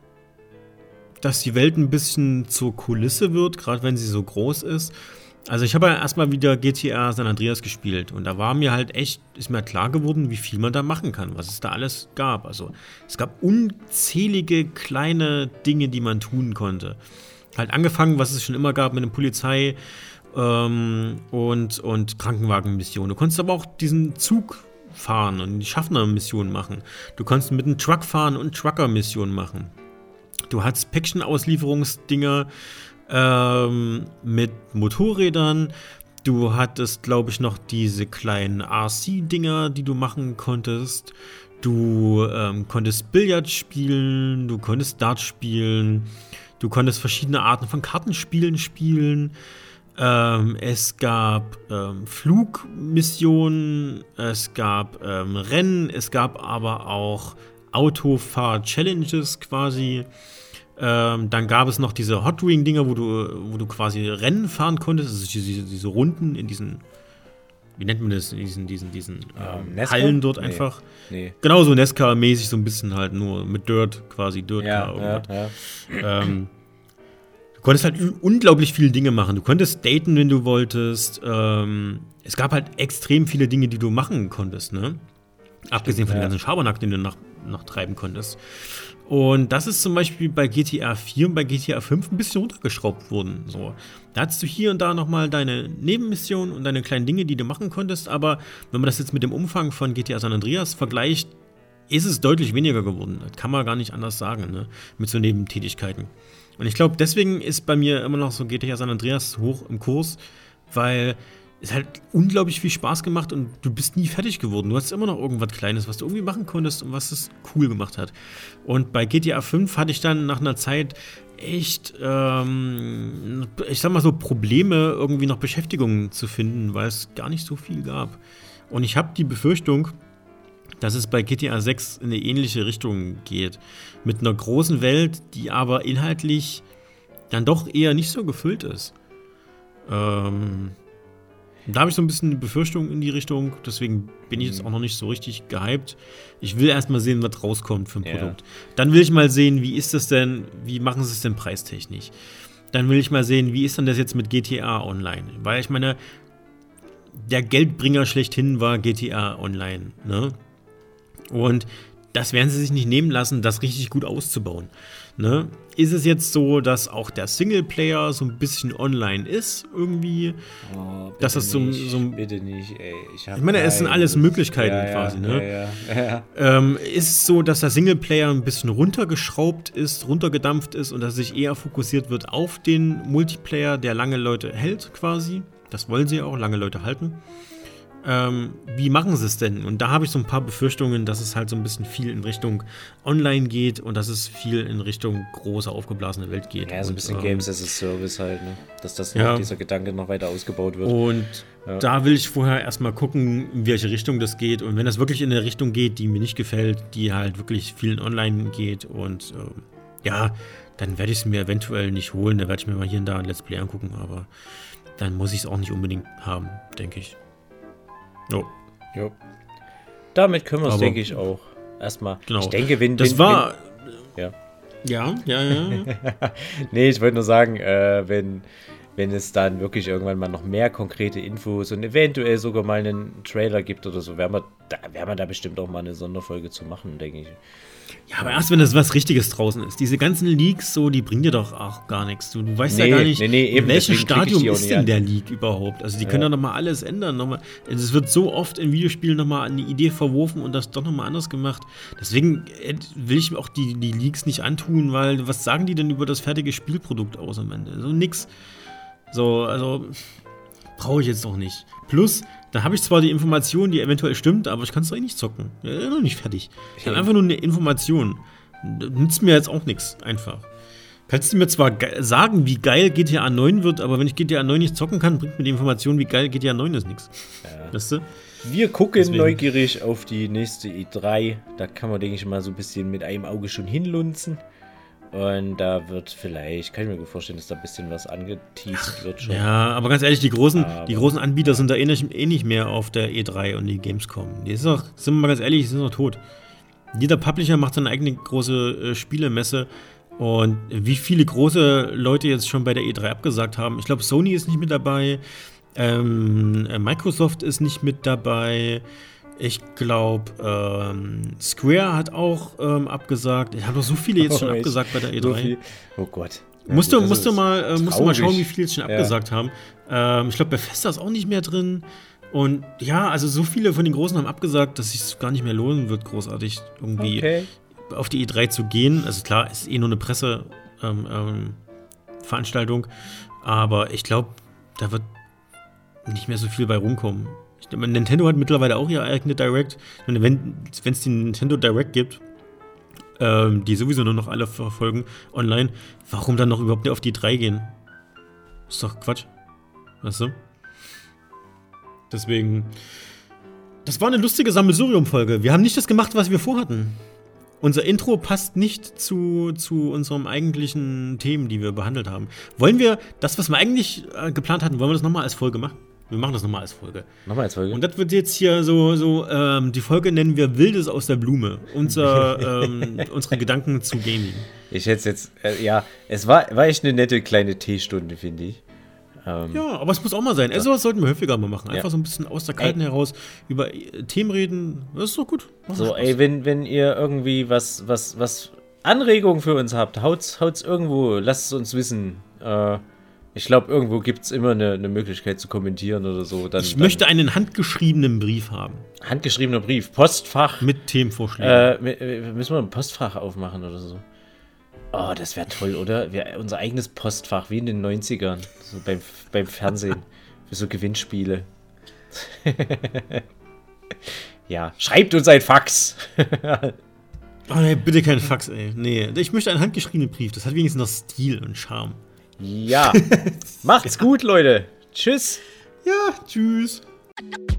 dass die Welt ein bisschen zur Kulisse wird, gerade wenn sie so groß ist. Also ich habe ja erstmal wieder G T A San Andreas gespielt und da war mir halt echt, ist mir klar geworden, wie viel man da machen kann, was es da alles gab. Also es gab unzählige kleine Dinge, die man tun konnte. Halt angefangen, was es schon immer gab mit der Polizei, Ähm, und, und Krankenwagenmissionen. Du konntest aber auch diesen Zug fahren und die Schaffner-Mission machen. Du konntest mit einem Truck fahren und Trucker-Missionen machen. Du hattest Päckchenauslieferungsdinger ähm, mit Motorrädern. Du hattest, glaube ich, noch diese kleinen R C-Dinger, die du machen konntest. Du ähm, konntest Billard spielen, du konntest Dart spielen, du konntest verschiedene Arten von Kartenspielen spielen. Ähm, es gab ähm, Flugmissionen, es gab ähm, Rennen, es gab aber auch Autofahr-Challenges quasi. Ähm, dann gab es noch diese Hot-Wing-Dinger, wo du, wo du quasi Rennen fahren konntest, also diese, diese Runden in diesen, wie nennt man das, in diesen, diesen, diesen ähm, ähm, Hallen dort nee. einfach. Nee. Genauso NASCAR-mäßig so ein bisschen halt, nur mit Dirt quasi, Dirt. Ja, ja, ja. Ähm, Du konntest halt unglaublich viele Dinge machen. Du konntest daten, wenn du wolltest. Ähm, es gab halt extrem viele Dinge, die du machen konntest, ne? Abgesehen von ja. den ganzen Schabernack, den du noch, noch treiben konntest. Und das ist zum Beispiel bei G T A vier und bei G T A fünf ein bisschen runtergeschraubt worden. So. Da hattest du hier und da nochmal deine Nebenmissionen und deine kleinen Dinge, die du machen konntest. Aber wenn man das jetzt mit dem Umfang von G T A San Andreas vergleicht, ist es deutlich weniger geworden. Das kann man gar nicht anders sagen, ne? Mit so Nebentätigkeiten. Und ich glaube, deswegen ist bei mir immer noch so G T A San Andreas hoch im Kurs, weil es halt unglaublich viel Spaß gemacht und du bist nie fertig geworden. Du hast immer noch irgendwas Kleines, was du irgendwie machen konntest und was es cool gemacht hat. Und bei G T A fünf hatte ich dann nach einer Zeit echt, ähm, ich sag mal so, Probleme, irgendwie noch Beschäftigung zu finden, weil es gar nicht so viel gab. Und ich habe die Befürchtung, dass es bei G T A sechs in eine ähnliche Richtung geht. Mit einer großen Welt, die aber inhaltlich dann doch eher nicht so gefüllt ist. Ähm, da habe ich so ein bisschen eine Befürchtung in die Richtung. Deswegen bin ich jetzt auch noch nicht so richtig gehypt. Ich will erst mal sehen, was rauskommt für ein ja. Produkt. Dann will ich mal sehen, wie ist das denn, wie machen sie es denn preistechnisch? Dann will ich mal sehen, wie ist denn das jetzt mit G T A Online? Weil ich meine, der Geldbringer schlechthin war G T A Online, ne? Und das werden sie sich nicht nehmen lassen, das richtig gut auszubauen. Ne? Ist es jetzt so, dass auch der Singleplayer so ein bisschen online ist, irgendwie? Oh, dass das so, nicht, so bitte nicht, ey. Ich, ich meine, es sind alles Möglichkeiten ja, quasi, ja, ne? Ja, ja, ja. Ähm, ist es so, dass der Singleplayer ein bisschen runtergeschraubt ist, runtergedampft ist und dass sich eher fokussiert wird auf den Multiplayer, der lange Leute hält, quasi? Das wollen sie auch, lange Leute halten. Ähm, wie machen sie es denn? Und da habe ich so ein paar Befürchtungen, dass es halt so ein bisschen viel in Richtung Online geht und dass es viel in Richtung große, aufgeblasene Welt geht. Ja, so ein bisschen und, Games as a Service halt, ne? Dass das ja. noch, dieser Gedanke noch weiter ausgebaut wird. Und ja. da will ich vorher erstmal gucken, in welche Richtung das geht. Und wenn das wirklich in eine Richtung geht, die mir nicht gefällt, die halt wirklich viel in Online geht und äh, ja, dann werde ich es mir eventuell nicht holen. Da werde ich mir mal hier und da ein Let's Play angucken, aber dann muss ich es auch nicht unbedingt haben, denke ich. Jo. Jo. Damit können wir es, denke ich, auch erstmal. Genau. Ich denke, wenn. Das wenn, war. Wenn, ja. Ja, ja, ja. Nee, ich wollte nur sagen, äh, wenn, wenn es dann wirklich irgendwann mal noch mehr konkrete Infos und eventuell sogar mal einen Trailer gibt oder so, werden wir da, werden wir da bestimmt auch mal eine Sonderfolge zu machen, denke ich. Ja, aber erst wenn das was Richtiges draußen ist. Diese ganzen Leaks, so, die bringen dir doch auch gar nichts. Du, du weißt nee, ja gar nicht, nee, nee, eben, in welchem Stadium ist denn der Leak überhaupt. Also die ja. können ja nochmal alles ändern. Noch mal. Es wird so oft in Videospielen nochmal eine Idee verworfen und das doch nochmal anders gemacht. Deswegen will ich mir auch die, die Leaks nicht antun, weil was sagen die denn über das fertige Spielprodukt aus am Ende? So nix. So, also brauche ich jetzt doch nicht. Plus, da habe ich zwar die Information, die eventuell stimmt, aber ich kann es doch eh nicht zocken. Ja, noch nicht fertig. Ich habe einfach nur eine Information. Nützt mir jetzt auch nichts, einfach. Kannst du mir zwar sagen, wie geil G T A neun wird, aber wenn ich G T A neun nicht zocken kann, bringt mir die Information, wie geil G T A neun ist, nichts. Ja. Weißt du? Wir gucken Deswegen. neugierig auf die nächste E drei. Da kann man, denke ich mal, so ein bisschen mit einem Auge schon hinlunzen. Und da wird vielleicht, kann ich mir gut vorstellen, dass da ein bisschen was angeteased wird schon. Ja, aber ganz ehrlich, die großen, die großen Anbieter sind da eh nicht, eh nicht mehr auf der E drei und die Gamescom. Die ist doch, sind wir mal ganz ehrlich, die sind doch tot. Jeder Publisher macht seine eigene große äh, Spielemesse. Und wie viele große Leute jetzt schon bei der E drei abgesagt haben. Ich glaube, Sony ist nicht mit dabei. Ähm, Microsoft ist nicht mit dabei. Ich glaube, ähm, Square hat auch ähm, abgesagt. Ich habe doch so viele jetzt schon oh, abgesagt bei der E drei. So oh Gott. Ja, musst, du, musst, du mal, äh, musst du mal schauen, wie viele jetzt schon ja. abgesagt haben. Ähm, ich glaube, Bethesda ist auch nicht mehr drin. Und ja, also so viele von den Großen haben abgesagt, dass es sich gar nicht mehr lohnen wird, großartig irgendwie okay. auf die E drei zu gehen. Also klar, es ist eh nur eine Presseveranstaltung. Ähm, ähm, aber ich glaube, da wird nicht mehr so viel bei rumkommen. Nintendo hat mittlerweile auch ihre eigene Direct. Und wenn es die Nintendo Direct gibt, ähm, die sowieso nur noch alle verfolgen online, warum dann noch überhaupt nicht auf die drei gehen? Ist doch Quatsch. Weißt du? Deswegen, das war eine lustige Sammelsurium-Folge. Wir haben nicht das gemacht, was wir vorhatten. Unser Intro passt nicht zu, zu unseren eigentlichen Themen, die wir behandelt haben. Wollen wir das, was wir eigentlich äh, geplant hatten, wollen wir das nochmal als Folge machen? Wir machen das nochmal als Folge. Nochmal als Folge? Und das wird jetzt hier so, so ähm, die Folge nennen wir Wildes aus der Blume. Unser, ähm, unsere Gedanken zu Gaming. Ich hätte jetzt, äh, ja, es war, war echt eine nette kleine Teestunde, finde ich. Ähm, ja, aber es muss auch mal sein. Also, das sollten wir häufiger mal machen. Einfach ja. so ein bisschen aus der Kalten ey. heraus über Themen reden. Das ist doch gut. Macht so, ey, wenn, wenn ihr irgendwie was, was, was Anregungen für uns habt, haut's, haut's irgendwo, lasst es uns wissen. Äh, Ich glaube, irgendwo gibt es immer eine, eine Möglichkeit zu kommentieren oder so. Dann, ich dann möchte einen handgeschriebenen Brief haben. Handgeschriebener Brief, Postfach. Mit Themenvorschlägen. Äh, müssen wir ein Postfach aufmachen oder so? Oh, das wäre toll, oder? Wir, unser eigenes Postfach, wie in den neunzigern. So beim, beim Fernsehen. Für so Gewinnspiele. Ja, schreibt uns ein Fax. Oh, nee, bitte kein Fax, ey. Nee, ich möchte einen handgeschriebenen Brief. Das hat wenigstens noch Stil und Charme. Ja, macht's gut, Leute. Tschüss. Ja, tschüss.